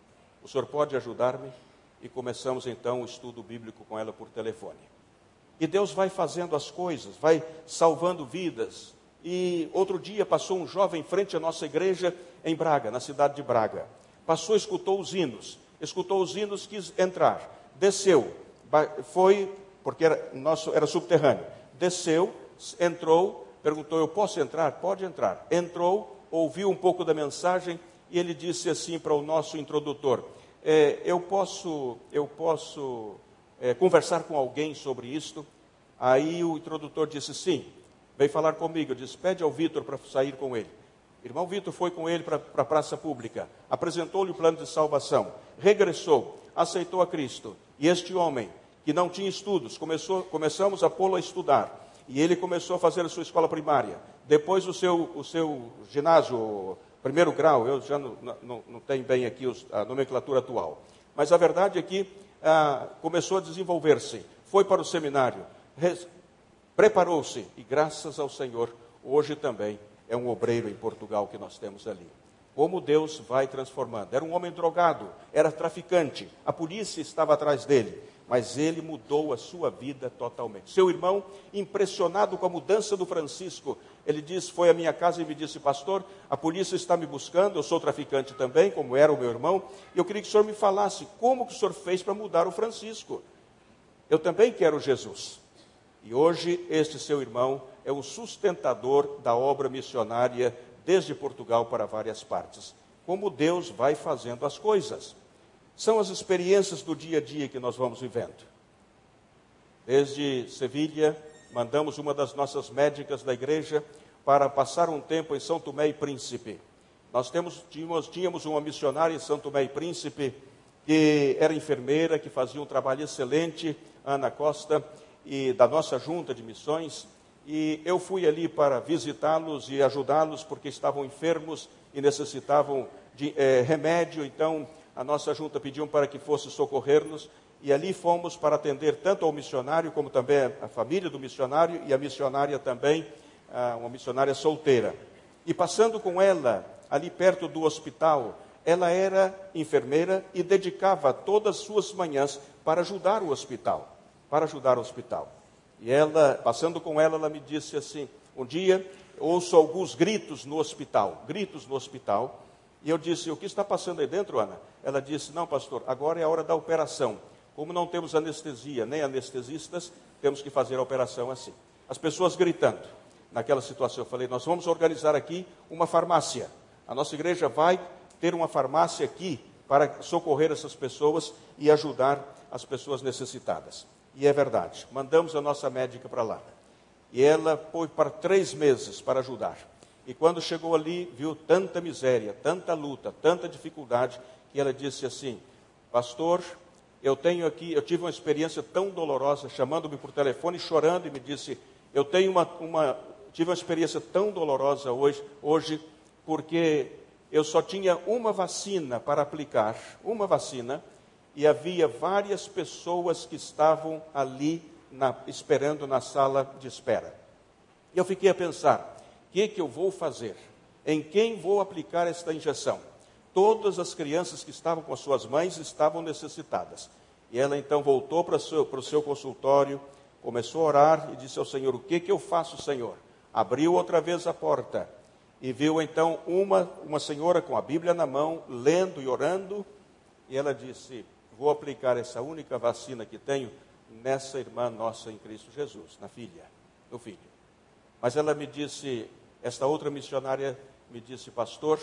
O senhor pode ajudar-me? E começamos então o estudo bíblico com ela por telefone. E Deus vai fazendo as coisas, vai salvando vidas. E outro dia passou um jovem em frente à nossa igreja em Braga, na cidade de Braga. Passou, escutou os hinos, escutou os hinos, quis entrar. Desceu, foi... porque era, nosso, era subterrâneo, desceu, entrou, perguntou, eu posso entrar? Pode entrar. Entrou, ouviu um pouco da mensagem, e ele disse assim para o nosso introdutor, é, eu posso, eu posso é, conversar com alguém sobre isto? Aí o introdutor disse, sim, veio falar comigo. Eu disse, pede ao Vitor para sair com ele. Irmão Vitor foi com ele para a praça pública, apresentou-lhe o plano de salvação, regressou, aceitou a Cristo, e este homem, que não tinha estudos, começou, começamos a pô-lo a estudar, e ele começou a fazer a sua escola primária, depois o seu, o seu ginásio, primeiro grau, eu já não, não, não tenho bem aqui os, a nomenclatura atual, mas a verdade é que ah, começou a desenvolver-se, foi para o seminário, preparou-se, e graças ao Senhor, hoje também é um obreiro em Portugal que nós temos ali. Como Deus vai transformando. Era um homem drogado, era traficante, a polícia estava atrás dele, mas ele mudou a sua vida totalmente. Seu irmão, impressionado com a mudança do Francisco, ele disse, foi à minha casa e me disse, pastor, a polícia está me buscando, eu sou traficante também, como era o meu irmão, e eu queria que o senhor me falasse, como que o senhor fez para mudar o Francisco? Eu também quero Jesus. E hoje, este seu irmão é o sustentador da obra missionária desde Portugal para várias partes. Como Deus vai fazendo as coisas. São as experiências do dia a dia que nós vamos vivendo. Desde Sevilha, mandamos uma das nossas médicas da igreja para passar um tempo em São Tomé e Príncipe. Nós temos, tínhamos, tínhamos uma missionária em São Tomé e Príncipe, que era enfermeira, que fazia um trabalho excelente, Ana Costa, e da nossa junta de missões, e eu fui ali para visitá-los e ajudá-los, porque estavam enfermos e necessitavam de eh, remédio. Então a nossa junta pediu para que fosse socorrer-nos, e ali fomos para atender tanto ao missionário, como também a família do missionário, e a missionária também, ah, uma missionária solteira. E passando com ela, ali perto do hospital, ela era enfermeira e dedicava todas as suas manhãs para ajudar o hospital, para ajudar o hospital. E ela, passando com ela, ela me disse assim, um dia, ouço alguns gritos no hospital, gritos no hospital, e eu disse, o que está passando aí dentro, Ana? Ela disse, não, pastor, agora é a hora da operação. Como não temos anestesia, nem anestesistas, temos que fazer a operação assim. As pessoas gritando. Naquela situação, eu falei, nós vamos organizar aqui uma farmácia. A nossa igreja vai ter uma farmácia aqui para socorrer essas pessoas e ajudar as pessoas necessitadas. E é verdade, mandamos a nossa médica para lá. E ela foi para três meses para ajudar. E quando chegou ali, viu tanta miséria, tanta luta, tanta dificuldade, que ela disse assim, pastor, eu tenho aqui, eu tive uma experiência tão dolorosa, chamando-me por telefone, chorando, e me disse, eu tenho uma, uma, tive uma experiência tão dolorosa hoje, hoje, porque eu só tinha uma vacina para aplicar, uma vacina, e havia várias pessoas que estavam ali na, esperando na sala de espera. E eu fiquei a pensar, o que, que eu vou fazer? Em quem vou aplicar esta injeção? Todas as crianças que estavam com as suas mães estavam necessitadas. E ela então voltou para o seu, para o seu consultório, começou a orar e disse ao Senhor, o que, que eu faço, Senhor? Abriu outra vez a porta e viu então uma, uma senhora com a Bíblia na mão, lendo e orando, e ela disse, vou aplicar essa única vacina que tenho nessa irmã nossa em Cristo Jesus, na filha, no filho. Mas ela me disse, esta outra missionária me disse, pastor,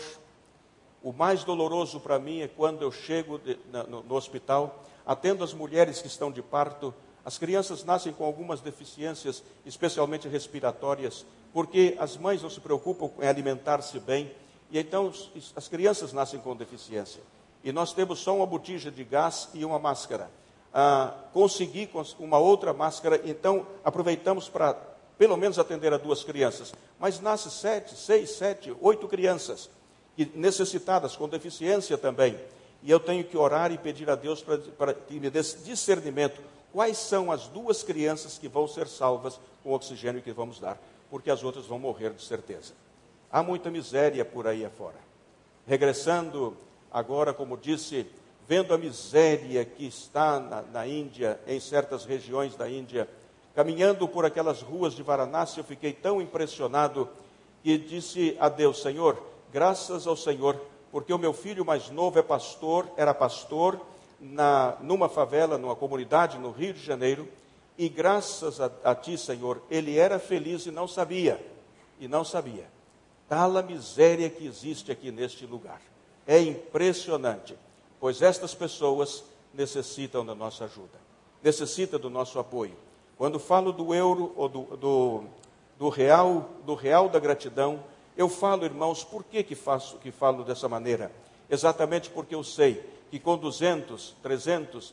o mais doloroso para mim é quando eu chego de, no, no hospital, atendo as mulheres que estão de parto, as crianças nascem com algumas deficiências, especialmente respiratórias, porque as mães não se preocupam em alimentar-se bem, e então as crianças nascem com deficiência. E nós temos só uma botija de gás e uma máscara. Ah, consegui uma outra máscara, então aproveitamos para pelo menos atender a duas crianças. Mas nasce sete, seis, sete, oito crianças necessitadas, com deficiência também. E eu tenho que orar e pedir a Deus para, para que me dê discernimento. Quais são as duas crianças que vão ser salvas com o oxigênio que vamos dar? Porque as outras vão morrer de certeza. Há muita miséria por aí afora. Regressando agora, como disse, vendo a miséria que está na, na Índia, em certas regiões da Índia, caminhando por aquelas ruas de Varanasi, eu fiquei tão impressionado que disse a Deus, Senhor, graças ao Senhor, porque o meu filho mais novo é pastor, era pastor na, numa favela, numa comunidade no Rio de Janeiro, e graças a, a Ti, Senhor, ele era feliz e não sabia, e não sabia. Tal a miséria que existe aqui neste lugar. É impressionante, pois estas pessoas necessitam da nossa ajuda, necessitam do nosso apoio. Quando falo do euro ou do, do, do real, do real da gratidão, eu falo, irmãos, por que que faço, que falo dessa maneira? Exatamente porque eu sei que com duzentos, trezentos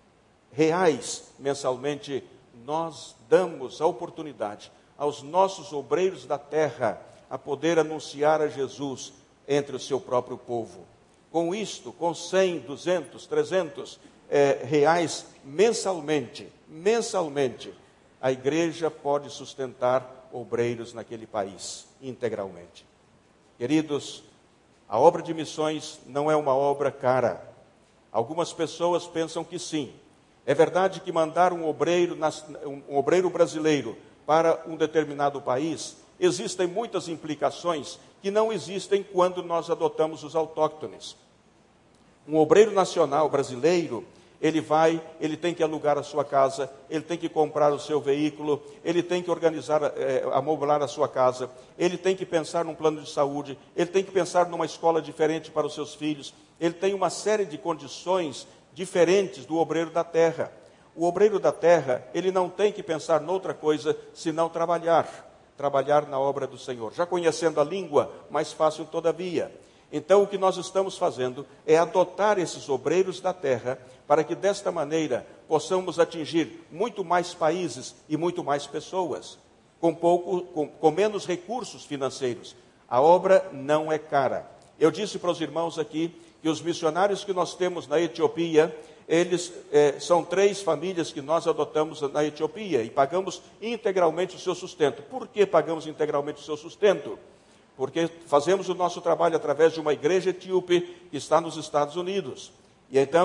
reais mensalmente, nós damos a oportunidade aos nossos obreiros da terra a poder anunciar a Jesus entre o seu próprio povo. Com isto, com cem, duzentos, trezentos é, reais mensalmente, mensalmente, a igreja pode sustentar obreiros naquele país, integralmente. Queridos, a obra de missões não é uma obra cara. Algumas pessoas pensam que sim. É verdade que mandar um obreiro, um obreiro brasileiro para um determinado país, existem muitas implicações que não existem quando nós adotamos os autóctones. Um obreiro nacional brasileiro, ele vai, ele tem que alugar a sua casa, ele tem que comprar o seu veículo, ele tem que organizar, é, amoblar a sua casa, ele tem que pensar num plano de saúde, ele tem que pensar numa escola diferente para os seus filhos, ele tem uma série de condições diferentes do obreiro da terra. O obreiro da terra, ele não tem que pensar noutra coisa senão trabalhar, trabalhar na obra do Senhor. Já conhecendo a língua, mais fácil todavia. Então, o que nós estamos fazendo é adotar esses obreiros da terra para que, desta maneira, possamos atingir muito mais países e muito mais pessoas, com, pouco, com, com menos recursos financeiros. A obra não é cara. Eu disse para os irmãos aqui que os missionários que nós temos na Etiópia, eles é, são três famílias que nós adotamos na Etiópia e pagamos integralmente o seu sustento. Por que pagamos integralmente o seu sustento? Porque fazemos o nosso trabalho através de uma igreja etíope que está nos Estados Unidos. E então,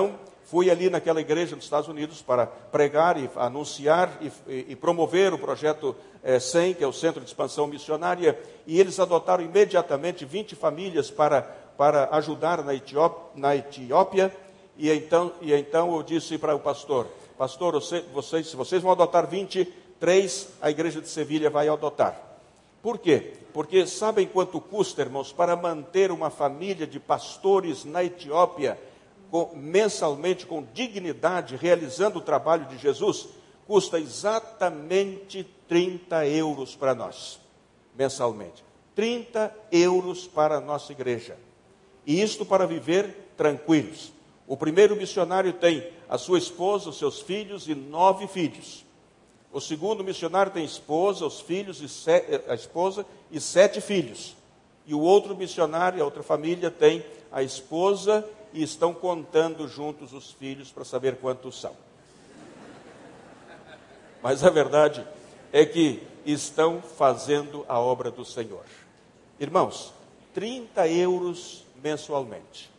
fui ali naquela igreja nos Estados Unidos para pregar e anunciar e, e, e promover o projeto é, S E M, que é o Centro de Expansão Missionária, e eles adotaram imediatamente vinte famílias para, para ajudar na Etiópia, na Etiópia e, então, e então eu disse para o pastor, pastor, você, vocês, se vocês vão adotar vinte, três a igreja de Sevilha vai adotar. Por quê? Porque sabem quanto custa, irmãos, para manter uma família de pastores na Etiópia, com, mensalmente, com dignidade, realizando o trabalho de Jesus? Custa exatamente trinta euros para nós, mensalmente. trinta euros para a nossa igreja. E isto para viver tranquilos. O primeiro missionário tem a sua esposa, os seus filhos e nove filhos. O segundo missionário tem esposa, os filhos e sete, a esposa e sete filhos. E o outro missionário, a outra família, tem a esposa e estão contando juntos os filhos para saber quantos são. Mas a verdade é que estão fazendo a obra do Senhor. Irmãos, trinta euros mensalmente.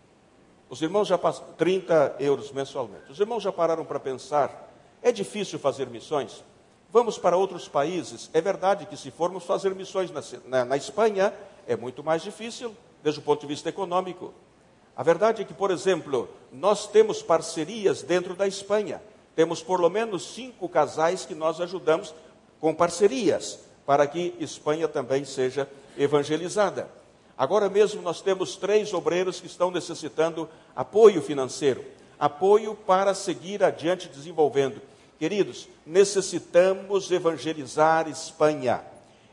Os irmãos já passaram, trinta euros mensalmente. Os irmãos já pararam para pensar, é difícil fazer missões? Vamos para outros países. É verdade que se formos fazer missões na, na, na Espanha, é muito mais difícil, desde o ponto de vista econômico. A verdade é que, por exemplo, nós temos parcerias dentro da Espanha. Temos pelo menos cinco casais que nós ajudamos com parcerias, para que Espanha também seja evangelizada. Agora mesmo nós temos três obreiros que estão necessitando apoio financeiro, apoio para seguir adiante desenvolvendo. Queridos, necessitamos evangelizar Espanha.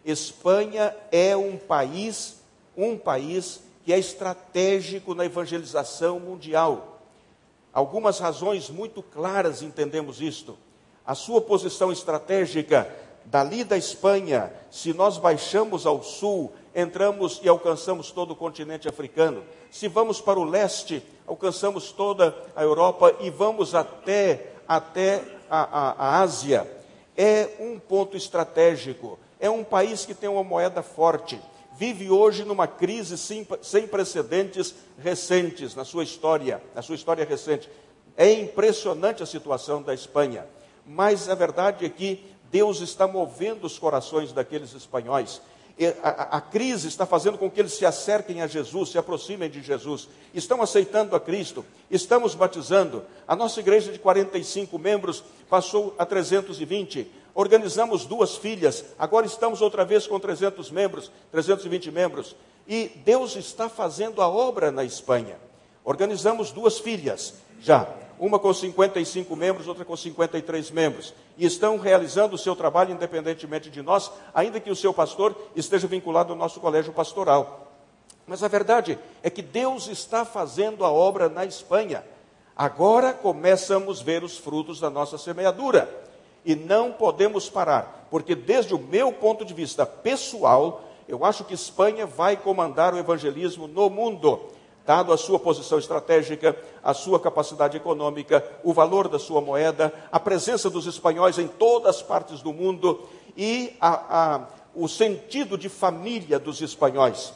Espanha é um país, um país que é estratégico na evangelização mundial. Algumas razões muito claras entendemos isto. A sua posição estratégica, dali da Espanha, se nós baixamos ao sul, entramos e alcançamos todo o continente africano. Se vamos para o leste, alcançamos toda a Europa e vamos até, até a, a, a Ásia. É um ponto estratégico. É um país que tem uma moeda forte. Vive hoje numa crise sem, sem precedentes recentes na sua história, na sua história recente. É impressionante a situação da Espanha. Mas a verdade é que Deus está movendo os corações daqueles espanhóis. A, a, a crise está fazendo com que eles se acerquem a Jesus, se aproximem de Jesus. Estão aceitando a Cristo, estamos batizando. A nossa igreja de quarenta e cinco membros passou a trezentos e vinte. Organizamos duas filhas, agora estamos outra vez com trezentos membros, trezentos e vinte membros. E Deus está fazendo a obra na Espanha. Organizamos duas filhas já. Uma com cinquenta e cinco membros, outra com cinquenta e três membros. E estão realizando o seu trabalho independentemente de nós, ainda que o seu pastor esteja vinculado ao nosso colégio pastoral. Mas a verdade é que Deus está fazendo a obra na Espanha. Agora começamos a ver os frutos da nossa semeadura. E não podemos parar, porque desde o meu ponto de vista pessoal, eu acho que Espanha vai comandar o evangelismo no mundo. Dado a sua posição estratégica, a sua capacidade econômica, o valor da sua moeda, a presença dos espanhóis em todas as partes do mundo e a, a, o sentido de família dos espanhóis.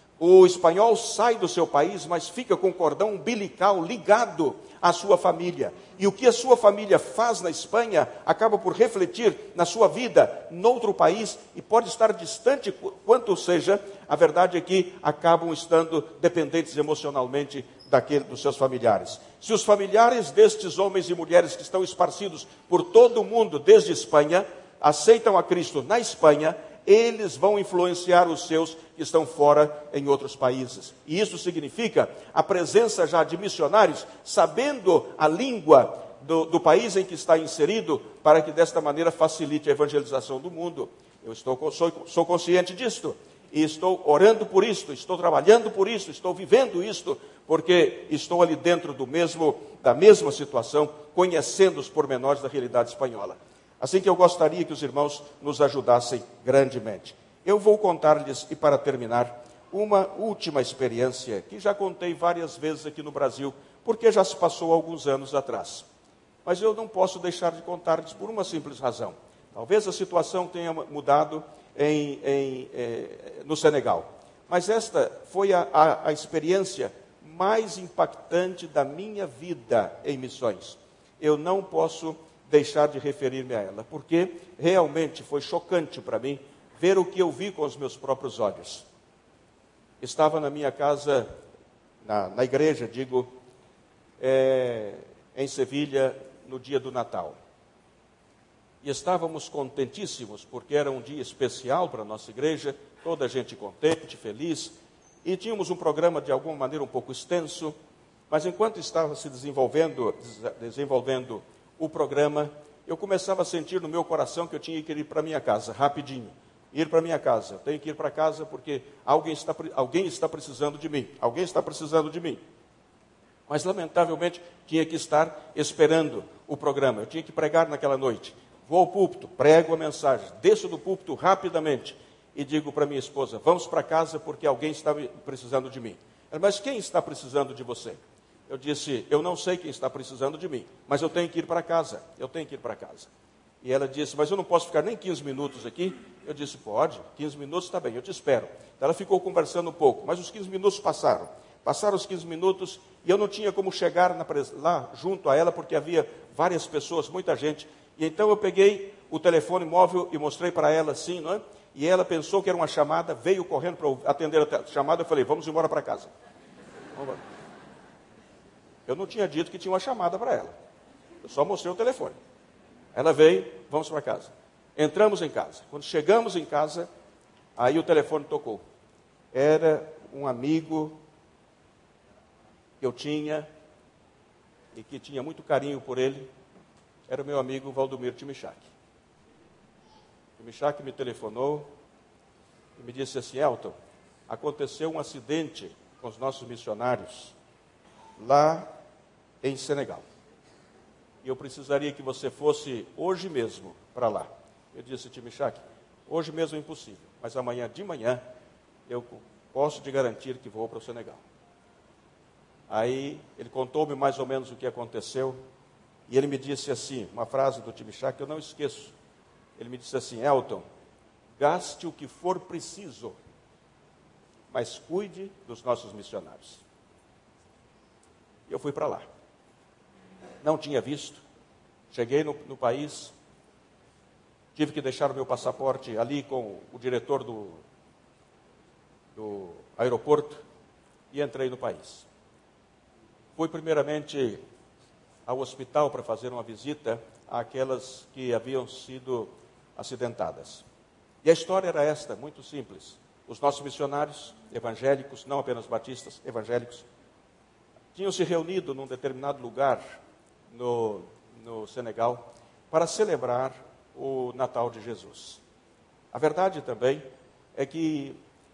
O espanhol sai do seu país, mas fica com o cordão umbilical ligado à sua família. E o que a sua família faz na Espanha acaba por refletir na sua vida noutro país e pode estar distante quanto seja. A verdade é que acabam estando dependentes emocionalmente daquele, dos seus familiares. Se os familiares destes homens e mulheres que estão esparcidos por todo o mundo, desde Espanha, aceitam a Cristo na Espanha, eles vão influenciar os seus que estão fora em outros países. E isso significa a presença já de missionários, sabendo a língua do, do país em que está inserido, para que desta maneira facilite a evangelização do mundo. Eu estou, sou, sou consciente disto. E estou orando por isto, estou trabalhando por isto, estou vivendo isto, porque estou ali dentro do mesmo, da mesma situação, conhecendo os pormenores da realidade espanhola. Assim que eu gostaria que os irmãos nos ajudassem grandemente. Eu vou contar-lhes, e para terminar, uma última experiência, que já contei várias vezes aqui no Brasil, porque já se passou alguns anos atrás. Mas eu não posso deixar de contar-lhes por uma simples razão. Talvez a situação tenha mudado em, em, eh, no Senegal. Mas esta foi a, a, a experiência mais impactante da minha vida em missões. Eu não posso deixar de referir-me a ela, porque realmente foi chocante para mim ver o que eu vi com os meus próprios olhos. Estava na minha casa, na, na igreja, digo, é, em Sevilha, no dia do Natal. E estávamos contentíssimos, porque era um dia especial para a nossa igreja, toda a gente contente, feliz, e tínhamos um programa de alguma maneira um pouco extenso, mas enquanto estava se desenvolvendo, desenvolvendo o programa, eu começava a sentir no meu coração que eu tinha que ir para minha casa, rapidinho. Ir para minha casa, eu tenho que ir para casa porque alguém está, alguém está precisando de mim, alguém está precisando de mim. Mas, lamentavelmente, tinha que estar esperando o programa, eu tinha que pregar naquela noite. Vou ao púlpito, prego a mensagem, desço do púlpito rapidamente e digo para minha esposa, vamos para casa porque alguém está precisando de mim. Ela, mas quem está precisando de você? Eu disse, eu não sei quem está precisando de mim, mas eu tenho que ir para casa, eu tenho que ir para casa. E ela disse, mas eu não posso ficar nem quinze minutos aqui? Eu disse, pode, quinze minutos está bem, eu te espero. Ela ficou conversando um pouco, mas os quinze minutos passaram. Passaram os quinze minutos e eu não tinha como chegar na, lá junto a ela, porque havia várias pessoas, muita gente. E então eu peguei o telefone móvel e mostrei para ela assim, não é? E ela pensou que era uma chamada, veio correndo para atender a chamada, eu falei, vamos embora para casa. Vamos embora. Eu não tinha dito que tinha uma chamada para ela. Eu só mostrei o telefone. Ela veio, vamos para casa. Entramos em casa. Quando chegamos em casa, aí o telefone tocou. Era um amigo que eu tinha e que tinha muito carinho por ele. Era o meu amigo Valdomiro Timichak. Timichak me telefonou e me disse assim, Elton, aconteceu um acidente com os nossos missionários lá em Senegal. E eu precisaria que você fosse hoje mesmo para lá. Eu disse, Timichak, hoje mesmo é impossível, mas amanhã de manhã eu posso te garantir que vou para o Senegal. Aí ele contou-me mais ou menos o que aconteceu e ele me disse assim, uma frase do Timichak que eu não esqueço. Ele me disse assim, Elton, gaste o que for preciso, mas cuide dos nossos missionários. E eu fui para lá. Não tinha visto. Cheguei no, no país, tive que deixar o meu passaporte ali com o diretor do, do aeroporto e entrei no país. Fui primeiramente ao hospital para fazer uma visita àquelas que haviam sido acidentadas. E a história era esta, muito simples. Os nossos missionários evangélicos, não apenas batistas, evangélicos, tinham se reunido num determinado lugar no, no Senegal para celebrar o Natal de Jesus. A verdade também é que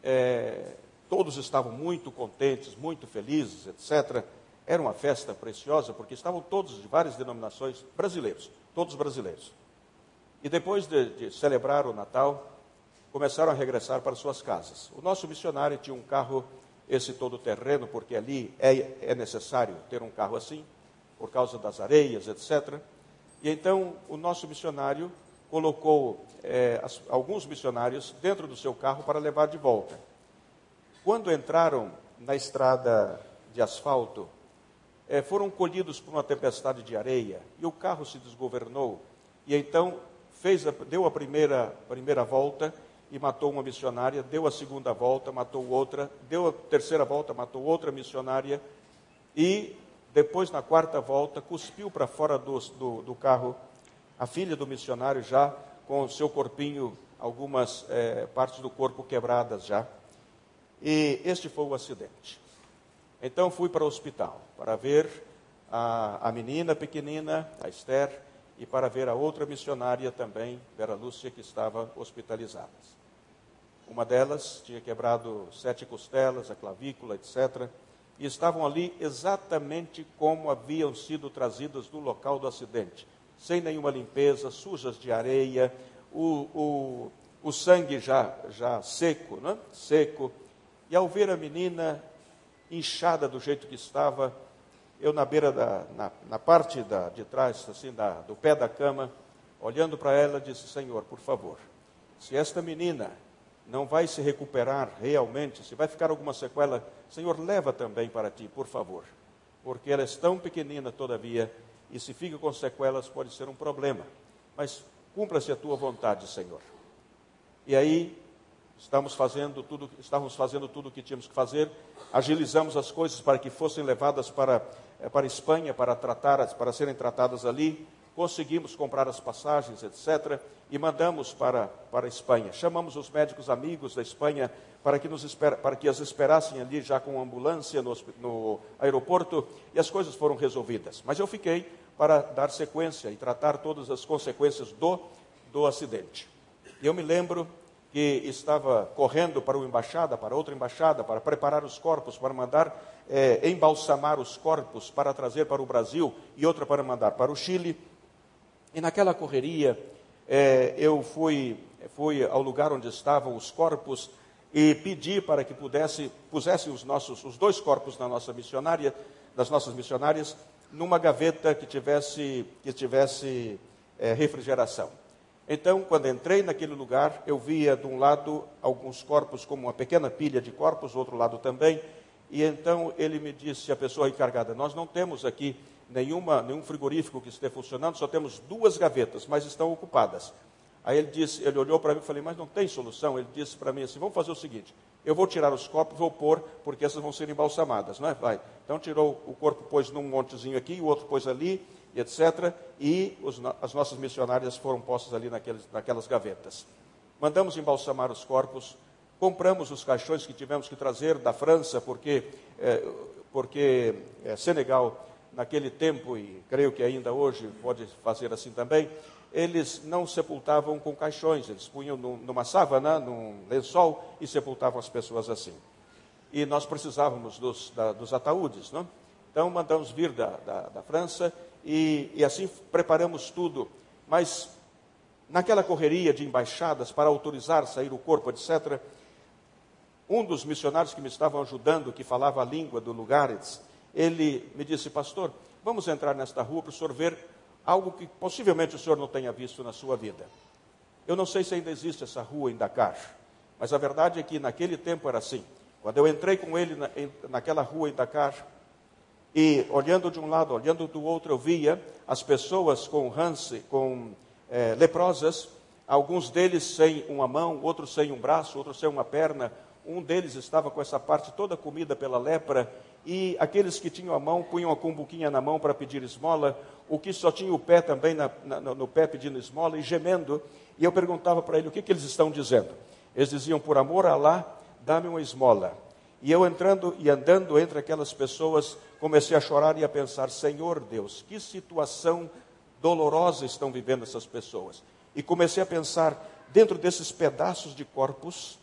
é, todos estavam muito contentes, muito felizes, etcétera. Era uma festa preciosa, porque estavam todos de várias denominações brasileiros, todos brasileiros. E depois de, de celebrar o Natal, começaram a regressar para suas casas. O nosso missionário tinha um carro, esse todo terreno, porque ali é, é necessário ter um carro assim, por causa das areias, etcétera. E então o nosso missionário colocou é, as, alguns missionários dentro do seu carro para levar de volta. Quando entraram na estrada de asfalto, é, foram colhidos por uma tempestade de areia e o carro se desgovernou. E então fez a, deu a primeira, primeira volta e matou uma missionária, deu a segunda volta, matou outra, deu a terceira volta, matou outra missionária e depois, na quarta volta, cuspiu para fora do, do, do carro a filha do missionário já com o seu corpinho, algumas é, partes do corpo quebradas já. E este foi o acidente. Então fui para o hospital para ver a, a menina pequenina, a Esther, e para ver a outra missionária também, Vera Lúcia, que estava hospitalizada. Uma delas tinha quebrado sete costelas, a clavícula, etcétera. E estavam ali exatamente como haviam sido trazidas do local do acidente, sem nenhuma limpeza, sujas de areia, o, o, o sangue já, já seco, né? seco. E ao ver a menina inchada do jeito que estava, eu na beira, da, na, na parte da, de trás, assim, da, do pé da cama, olhando para ela, disse, Senhor, por favor, se esta menina não vai se recuperar realmente, se vai ficar alguma sequela, Senhor, leva também para ti, por favor. Porque ela é tão pequenina todavia, e se fica com sequelas pode ser um problema. Mas cumpra-se a tua vontade, Senhor. E aí, estamos fazendo tudo, estávamos fazendo tudo o que tínhamos que fazer, agilizamos as coisas para que fossem levadas para, para a Espanha, para, tratar, para serem tratadas ali, conseguimos comprar as passagens, etcétera, e mandamos para, para a Espanha. Chamamos os médicos amigos da Espanha para que, nos esper, para que as esperassem ali já com ambulância no, no aeroporto, e as coisas foram resolvidas. Mas eu fiquei para dar sequência e tratar todas as consequências do, do acidente. E eu me lembro que estava correndo para uma embaixada, para outra embaixada, para preparar os corpos, para mandar é, embalsamar os corpos, para trazer para o Brasil, e outra para mandar para o Chile. E naquela correria, é, eu fui, fui ao lugar onde estavam os corpos e pedi para que pudesse, pusesse os, nossos, os dois corpos da nossa missionária, das nossas missionárias, numa gaveta que tivesse, que tivesse é, refrigeração. Então, quando entrei naquele lugar, eu via de um lado alguns corpos, como uma pequena pilha de corpos, do outro lado também, e então ele me disse, a pessoa encarregada, nós não temos aqui nenhuma, nenhum frigorífico que esteja funcionando, só temos duas gavetas, mas estão ocupadas. Aí ele disse, ele olhou para mim e falei, mas não tem solução? Ele disse para mim assim, vamos fazer o seguinte, eu vou tirar os corpos, vou pôr, porque essas vão ser embalsamadas, não é? Vai. Então tirou o corpo, pôs num montezinho aqui, o outro pôs ali, etcétera, e os, as nossas missionárias foram postas ali naqueles, naquelas gavetas. Mandamos embalsamar os corpos, compramos os caixões que tivemos que trazer da França, porque, é, porque é, Senegal, naquele tempo, e creio que ainda hoje pode fazer assim também, eles não sepultavam com caixões, eles punham numa sávana, num lençol, e sepultavam as pessoas assim. E nós precisávamos dos, da, dos ataúdes, não? Então mandamos vir da, da, da França, e, e assim preparamos tudo. Mas naquela correria de embaixadas para autorizar sair o corpo, etcétera, um dos missionários que me estavam ajudando, que falava a língua do lugar, ele me disse, pastor, vamos entrar nesta rua para o senhor ver algo que possivelmente o senhor não tenha visto na sua vida. Eu não sei se ainda existe essa rua em Dakar, mas a verdade é que naquele tempo era assim. Quando eu entrei com ele na, em, naquela rua em Dakar, e olhando de um lado, olhando do outro, eu via as pessoas com Hanse, com é, leprosas, alguns deles sem uma mão, outros sem um braço, outros sem uma perna. Um deles estava com essa parte toda comida pela lepra, e aqueles que tinham a mão, punham a cumbuquinha na mão para pedir esmola, o que só tinha o pé também na, na, no pé pedindo esmola e gemendo. E eu perguntava para ele, o que, que eles estão dizendo? Eles diziam, por amor a Alá, dá-me uma esmola. E eu entrando e andando entre aquelas pessoas, comecei a chorar e a pensar, Senhor Deus, que situação dolorosa estão vivendo essas pessoas. E comecei a pensar, dentro desses pedaços de corpos,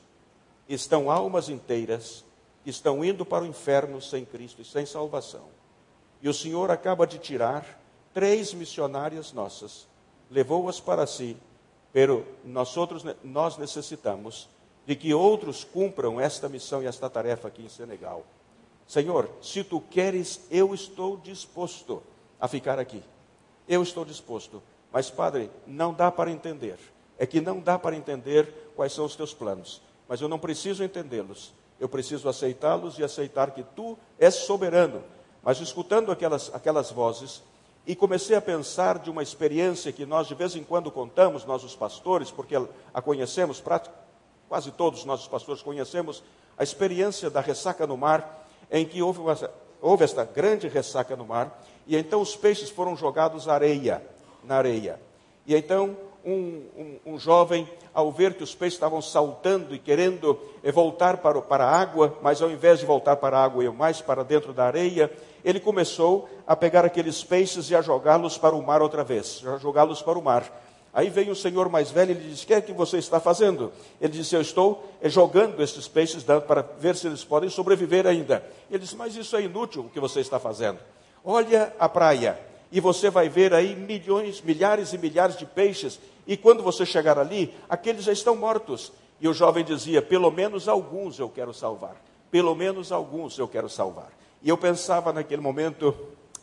estão almas inteiras, que estão indo para o inferno sem Cristo e sem salvação. E o Senhor acaba de tirar três missionárias nossas, levou-as para si, pero nós, outros, nós necessitamos de que outros cumpram esta missão e esta tarefa aqui em Senegal. Senhor, se tu queres, eu estou disposto a ficar aqui. Eu estou disposto. Mas, Padre, não dá para entender. É que não dá para entender quais são os teus planos. Mas eu não preciso entendê-los. Eu preciso aceitá-los e aceitar que tu és soberano. Mas escutando aquelas, aquelas vozes, e comecei a pensar de uma experiência que nós de vez em quando contamos, nós os pastores, porque a conhecemos, quase todos nós os pastores conhecemos, a experiência da ressaca no mar, em que houve, uma, houve esta grande ressaca no mar, e então os peixes foram jogados à areia, na areia. E então um, um, um jovem, ao ver que os peixes estavam saltando e querendo voltar para, para a água, mas ao invés de voltar para a água, eu mais para dentro da areia, ele começou a pegar aqueles peixes e a jogá-los para o mar outra vez, a jogá-los para o mar. Aí veio um senhor mais velho e ele disse, o que é que você está fazendo? Ele disse, eu estou jogando esses peixes para ver se eles podem sobreviver ainda. Ele disse, mas isso é inútil o que você está fazendo. Olha a praia e você vai ver aí milhões, milhares e milhares de peixes, e quando você chegar ali, aqueles já estão mortos. E o jovem dizia, pelo menos alguns eu quero salvar, pelo menos alguns eu quero salvar. E eu pensava naquele momento,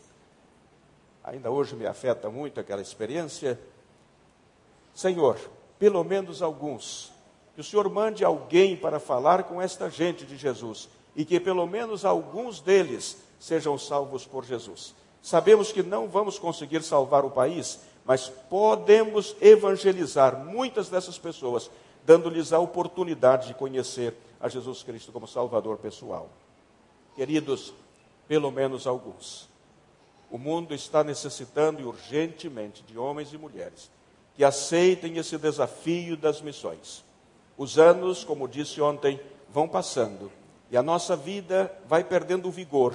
ainda hoje me afeta muito aquela experiência, Senhor, pelo menos alguns que o Senhor mande alguém para falar com esta gente de Jesus, e que pelo menos alguns deles sejam salvos por Jesus. Sabemos que não vamos conseguir salvar o país, mas podemos evangelizar muitas dessas pessoas, dando-lhes a oportunidade de conhecer a Jesus Cristo como Salvador pessoal. Queridos, pelo menos alguns. O mundo está necessitando urgentemente de homens e mulheres que aceitem esse desafio das missões. Os anos, como disse ontem, vão passando e a nossa vida vai perdendo vigor.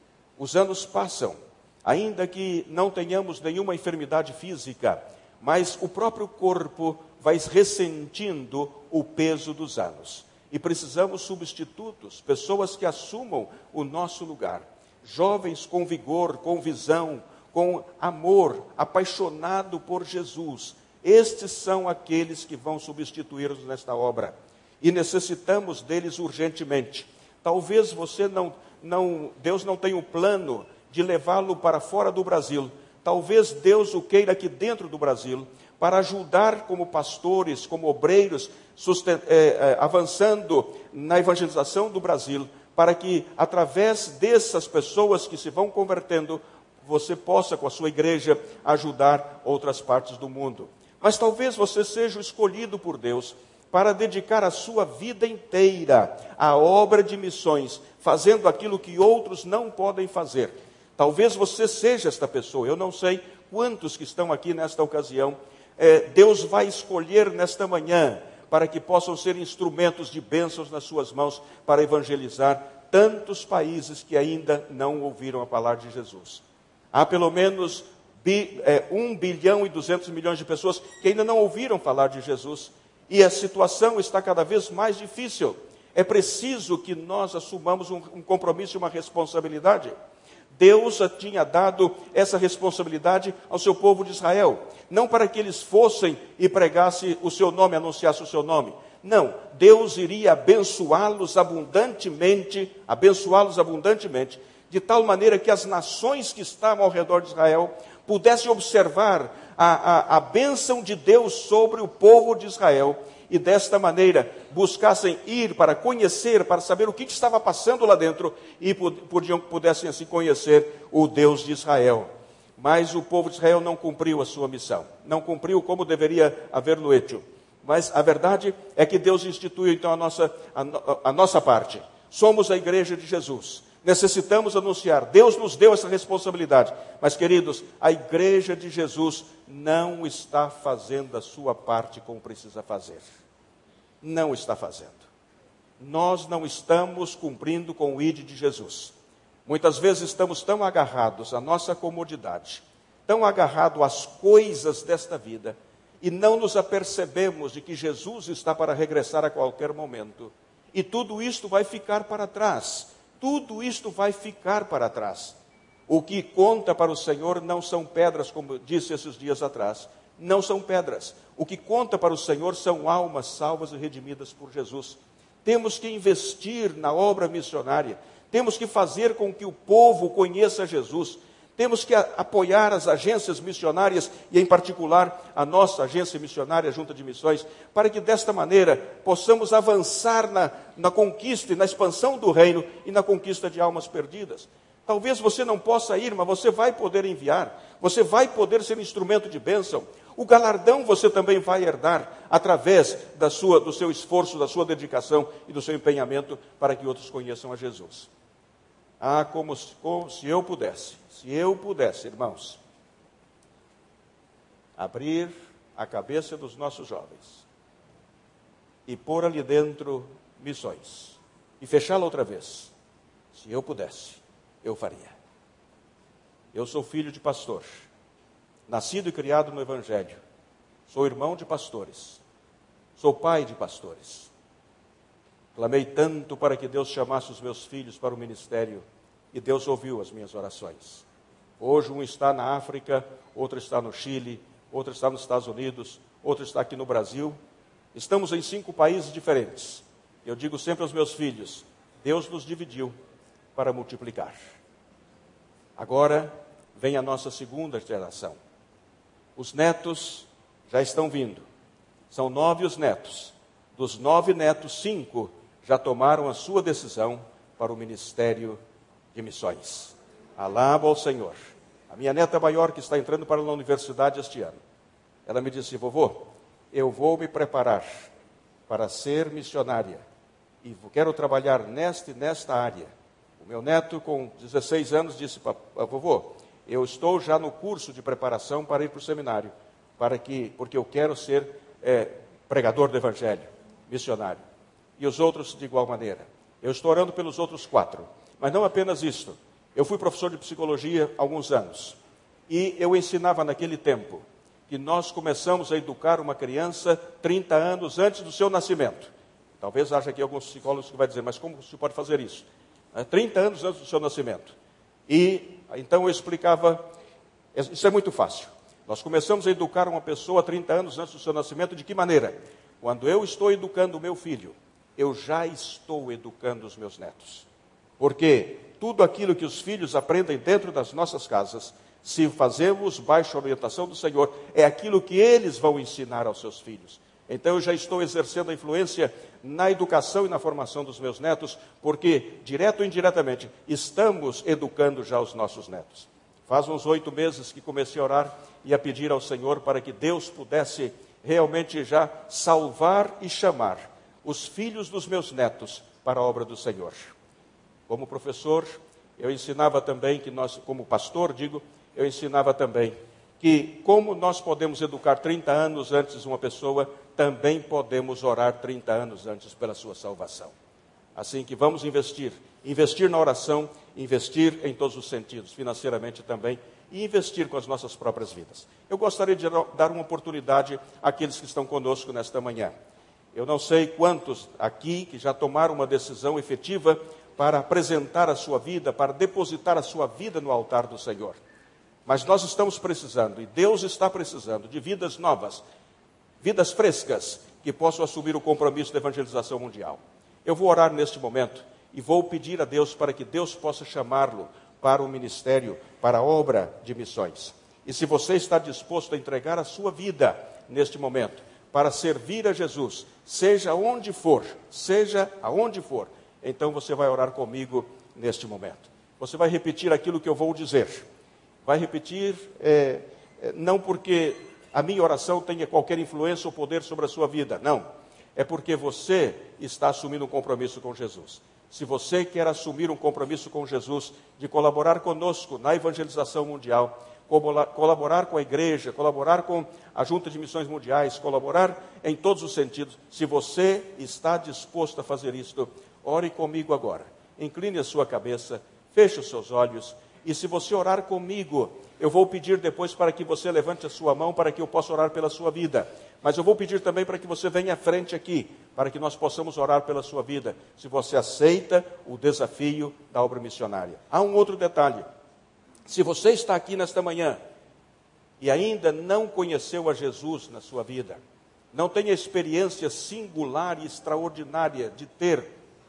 Os anos passam, ainda que não tenhamos nenhuma enfermidade física, mas o próprio corpo vai ressentindo o peso dos anos. E precisamos substitutos, pessoas que assumam o nosso lugar. Jovens com vigor, com visão, com amor, apaixonado por Jesus. Estes são aqueles que vão substituir-nos nesta obra. E necessitamos deles urgentemente. Talvez você não, não, Deus não tenha o plano de levá-lo para fora do Brasil. Talvez Deus o queira aqui dentro do Brasil, para ajudar como pastores, como obreiros, susten- eh, eh, avançando na evangelização do Brasil, para que através dessas pessoas que se vão convertendo, você possa com a sua igreja ajudar outras partes do mundo. Mas talvez você seja o escolhido por Deus para dedicar a sua vida inteira à obra de missões, fazendo aquilo que outros não podem fazer. Talvez você seja esta pessoa, eu não sei quantos que estão aqui nesta ocasião. É, Deus vai escolher nesta manhã para que possam ser instrumentos de bênçãos nas suas mãos para evangelizar tantos países que ainda não ouviram a palavra de Jesus. Há pelo menos bi, é, um bilhão e duzentos milhões de pessoas que ainda não ouviram falar de Jesus. E a situação está cada vez mais difícil. É preciso que nós assumamos um, um compromisso e uma responsabilidade. Deus tinha dado essa responsabilidade ao seu povo de Israel. Não para que eles fossem e pregassem o seu nome, anunciassem o seu nome. Não, Deus iria abençoá-los abundantemente, abençoá-los abundantemente, de tal maneira que as nações que estavam ao redor de Israel pudessem observar a, a, a bênção de Deus sobre o povo de Israel, e desta maneira buscassem ir para conhecer, para saber o que estava passando lá dentro, e podiam, pudessem assim conhecer o Deus de Israel. Mas o povo de Israel não cumpriu a sua missão, não cumpriu como deveria haver-lo hecho. Mas a verdade é que Deus instituiu então a nossa, a, a nossa parte. Somos a igreja de Jesus. Necessitamos anunciar. Deus nos deu essa responsabilidade. Mas, queridos, a igreja de Jesus não está fazendo a sua parte como precisa fazer. Não está fazendo. Nós não estamos cumprindo com o I D de Jesus. Muitas vezes estamos tão agarrados à nossa comodidade, tão agarrados às coisas desta vida, e não nos apercebemos de que Jesus está para regressar a qualquer momento. E tudo isto vai ficar para trás. Tudo isto vai ficar para trás. O que conta para o Senhor não são pedras, como disse esses dias atrás. Não são pedras. O que conta para o Senhor são almas salvas e redimidas por Jesus. Temos que investir na obra missionária. Temos que fazer com que o povo conheça Jesus. Temos que apoiar as agências missionárias, e em particular a nossa agência missionária, a Junta de Missões, para que desta maneira possamos avançar na, na conquista e na expansão do reino e na conquista de almas perdidas. Talvez você não possa ir, mas você vai poder enviar, você vai poder ser instrumento de bênção. O galardão você também vai herdar através da sua, do seu esforço, da sua dedicação e do seu empenhamento para que outros conheçam a Jesus. Ah, como, como se eu pudesse, se eu pudesse, irmãos, abrir a cabeça dos nossos jovens e pôr ali dentro missões e fechá-la outra vez, se eu pudesse, eu faria. Eu sou filho de pastor, nascido e criado no Evangelho, sou irmão de pastores, sou pai de pastores. Clamei tanto para que Deus chamasse os meus filhos para o ministério, e Deus ouviu as minhas orações. Hoje um está na África, outro está no Chile, outro está nos Estados Unidos, outro está aqui no Brasil. Estamos em cinco países diferentes. Eu digo sempre aos meus filhos, Deus nos dividiu para multiplicar. Agora vem a nossa segunda geração. Os netos já estão vindo. São nove os netos Dos nove netos, cinco já tomaram a sua decisão para o Ministério de Missões. Alabo ao Senhor. A minha neta maior, que está entrando para a universidade este ano, ela me disse: vovô, eu vou me preparar para ser missionária e quero trabalhar nesta e nesta área. O meu neto, com dezesseis anos, disse: vovô, eu estou já no curso de preparação para ir para o seminário, para que, porque eu quero ser é, pregador do Evangelho, missionário. E os outros de igual maneira. Eu estou orando pelos outros quatro. Mas não apenas isto. Eu fui professor de psicologia há alguns anos. E eu ensinava naquele tempo que nós começamos a educar uma criança trinta anos antes do seu nascimento. Talvez haja aqui alguns psicólogos que vão dizer: mas como se pode fazer isso? É, trinta anos antes do seu nascimento. E então eu explicava, isso é muito fácil. Nós começamos a educar uma pessoa trinta anos antes do seu nascimento. De que maneira? Quando eu estou educando o meu filho, eu já estou educando os meus netos. Porque tudo aquilo que os filhos aprendem dentro das nossas casas, se fazemos baixo a orientação do Senhor, é aquilo que eles vão ensinar aos seus filhos. Então eu já estou exercendo a influência na educação e na formação dos meus netos, porque, direto ou indiretamente, estamos educando já os nossos netos. Faz uns oito meses que comecei a orar e a pedir ao Senhor para que Deus pudesse realmente já salvar e chamar os filhos dos meus netos para a obra do Senhor. Como professor, eu ensinava também que nós, como pastor, digo, eu ensinava também que como nós podemos educar trinta anos antes uma pessoa, também podemos orar trinta anos antes pela sua salvação. Assim que vamos investir, investir na oração, investir em todos os sentidos, financeiramente também, e investir com as nossas próprias vidas. Eu gostaria de dar uma oportunidade àqueles que estão conosco nesta manhã. Eu não sei quantos aqui que já tomaram uma decisão efetiva para apresentar a sua vida, para depositar a sua vida no altar do Senhor. Mas nós estamos precisando, e Deus está precisando, de vidas novas, vidas frescas, que possam assumir o compromisso da evangelização mundial. Eu vou orar neste momento e vou pedir a Deus para que Deus possa chamá-lo para o ministério, para a obra de missões. E se você está disposto a entregar a sua vida neste momento, para servir a Jesus, seja onde for, seja aonde for, então você vai orar comigo neste momento. Você vai repetir aquilo que eu vou dizer. Vai repetir, é, é, não porque a minha oração tenha qualquer influência ou poder sobre a sua vida, não. É porque você está assumindo um compromisso com Jesus. Se você quer assumir um compromisso com Jesus, de colaborar conosco na evangelização mundial, colaborar com a igreja, colaborar com a Junta de Missões Mundiais, colaborar em todos os sentidos, se você está disposto a fazer isto, ore comigo agora. Incline a sua cabeça, feche os seus olhos, e se você orar comigo, eu vou pedir depois para que você levante a sua mão para que eu possa orar pela sua vida. Mas eu vou pedir também para que você venha à frente aqui, para que nós possamos orar pela sua vida, se você aceita o desafio da obra missionária. Há um outro detalhe. Se você está aqui nesta manhã e ainda não conheceu a Jesus na sua vida, não tem a experiência singular e extraordinária de ter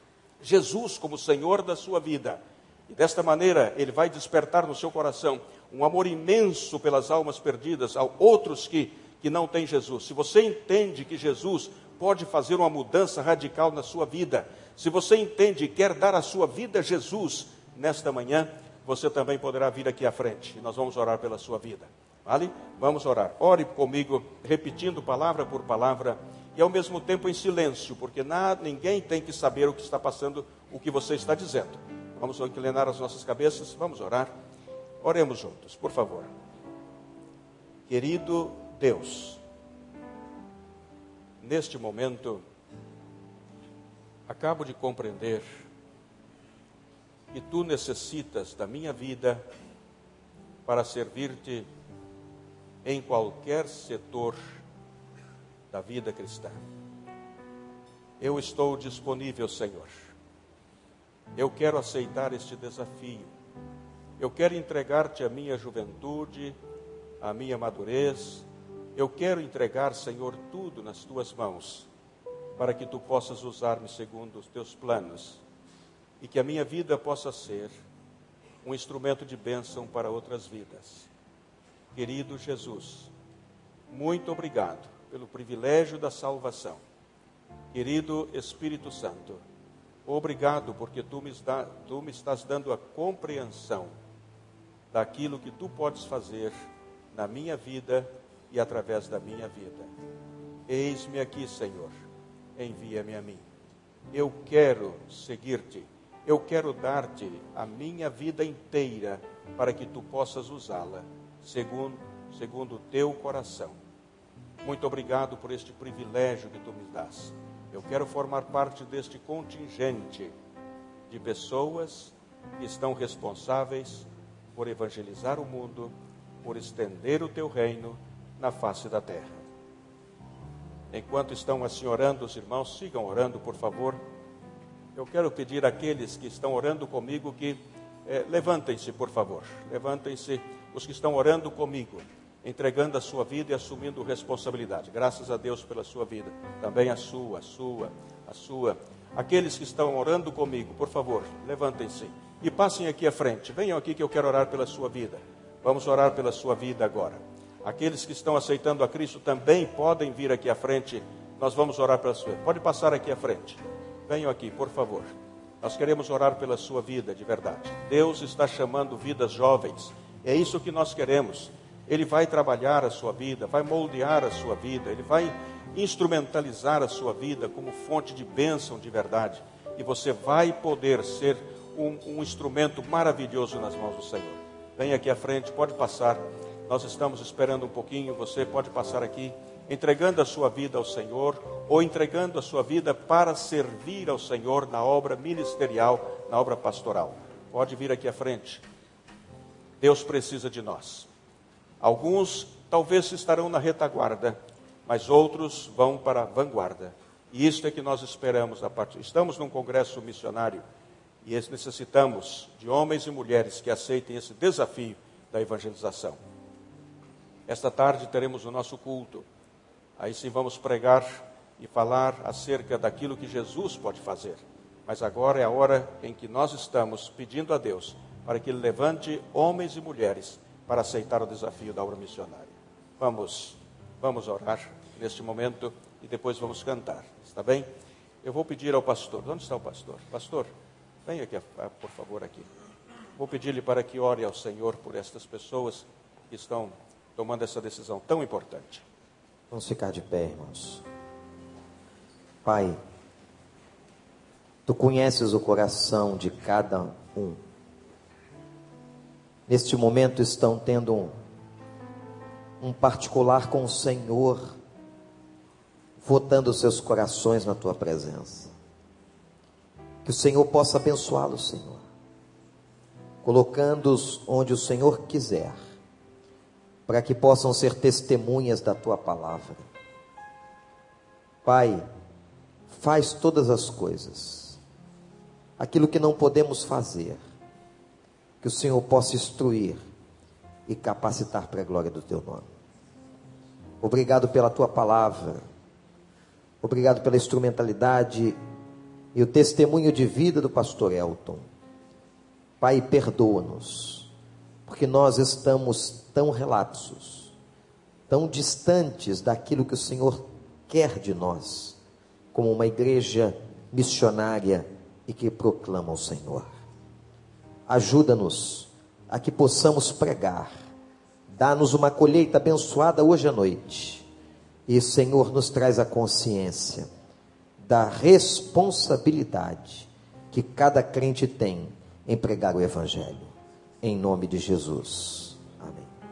Jesus como Senhor da sua vida, e desta maneira Ele vai despertar no seu coração um amor imenso pelas almas perdidas, a outros que, que não têm Jesus. Se você entende que Jesus pode fazer uma mudança radical na sua vida, se você entende e quer dar a sua vida a Jesus nesta manhã, você também poderá vir aqui à frente, e nós vamos orar pela sua vida. Vale? Vamos orar. Ore comigo, repetindo palavra por palavra, e ao mesmo tempo em silêncio, porque nada, ninguém tem que saber o que está passando, o que você está dizendo. Vamos inclinar as nossas cabeças, vamos orar. Oremos juntos, por favor. Querido Deus, neste momento, acabo de compreender que Tu necessitas da minha vida para servir-Te em qualquer setor da vida cristã. Eu estou disponível, Senhor. Eu quero aceitar este desafio. Eu quero entregar-Te a minha juventude, a minha madurez. Eu quero entregar, Senhor, tudo nas Tuas mãos, para que Tu possas usar-me segundo os Teus planos, e que a minha vida possa ser um instrumento de bênção para outras vidas. Querido Jesus, muito obrigado pelo privilégio da salvação. Querido Espírito Santo, obrigado porque tu me, dá, tu me estás dando a compreensão daquilo que tu podes fazer na minha vida e através da minha vida. Eis-me aqui, Senhor, envia-me a mim. Eu quero seguir-te, eu quero dar-te a minha vida inteira para que tu possas usá-la segundo, segundo o teu coração. Muito obrigado por este privilégio que tu me dás. Eu quero formar parte deste contingente de pessoas que estão responsáveis por evangelizar o mundo, por estender o teu reino na face da terra. Enquanto estão assim orando, os irmãos, sigam orando, por favor. Eu quero pedir àqueles que estão orando comigo que eh, levantem-se, por favor. Levantem-se os que estão orando comigo, entregando a sua vida e assumindo responsabilidade. Graças a Deus pela sua vida. Também a sua, a sua, a sua. Aqueles que estão orando comigo, por favor, levantem-se e passem aqui à frente. Venham aqui que eu quero orar pela sua vida. Vamos orar pela sua vida agora. Aqueles que estão aceitando a Cristo também podem vir aqui à frente. Nós vamos orar pela sua vida. Pode passar aqui à frente. Venham aqui, por favor. Nós queremos orar pela sua vida de verdade. Deus está chamando vidas jovens. É isso que nós queremos. Ele vai trabalhar a sua vida, vai moldear a sua vida, Ele vai instrumentalizar a sua vida como fonte de bênção de verdade. E você vai poder ser um, um instrumento maravilhoso nas mãos do Senhor. Venha aqui à frente, pode passar. Nós estamos esperando um pouquinho, você pode passar aqui, entregando a sua vida ao Senhor, ou entregando a sua vida para servir ao Senhor na obra ministerial, na obra pastoral. Pode vir aqui à frente. Deus precisa de nós. Alguns talvez estarão na retaguarda, mas outros vão para a vanguarda. E isso é que nós esperamos da parte. Estamos num congresso missionário e necessitamos de homens e mulheres que aceitem esse desafio da evangelização. Esta tarde teremos o nosso culto. Aí sim vamos pregar e falar acerca daquilo que Jesus pode fazer. Mas agora é a hora em que nós estamos pedindo a Deus para que Ele levante homens e mulheres para aceitar o desafio da obra missionária. Vamos, vamos orar neste momento e depois vamos cantar. Está bem? Eu vou pedir ao pastor. Onde está o pastor? Pastor, venha aqui, por favor, aqui. Vou pedir-lhe para que ore ao Senhor por estas pessoas que estão tomando essa decisão tão importante. Vamos ficar de pé, irmãos. Pai, Tu conheces o coração de cada um. Neste momento estão tendo um, um particular com o Senhor, votando seus corações na Tua presença. Que o Senhor possa abençoá-los, Senhor, colocando-os onde o Senhor quiser, para que possam ser testemunhas da Tua palavra. Pai, faz todas as coisas, aquilo que não podemos fazer, que o Senhor possa instruir e capacitar para a glória do Teu nome. Obrigado pela Tua palavra, obrigado pela instrumentalidade e o testemunho de vida do pastor Elton. Pai, perdoa-nos, porque nós estamos tão relapsos, tão distantes daquilo que o Senhor quer de nós, como uma igreja missionária e que proclama o Senhor. Ajuda-nos a que possamos pregar, dá-nos uma colheita abençoada hoje à noite, e o Senhor nos traz a consciência da responsabilidade que cada crente tem em pregar o Evangelho, em nome de Jesus.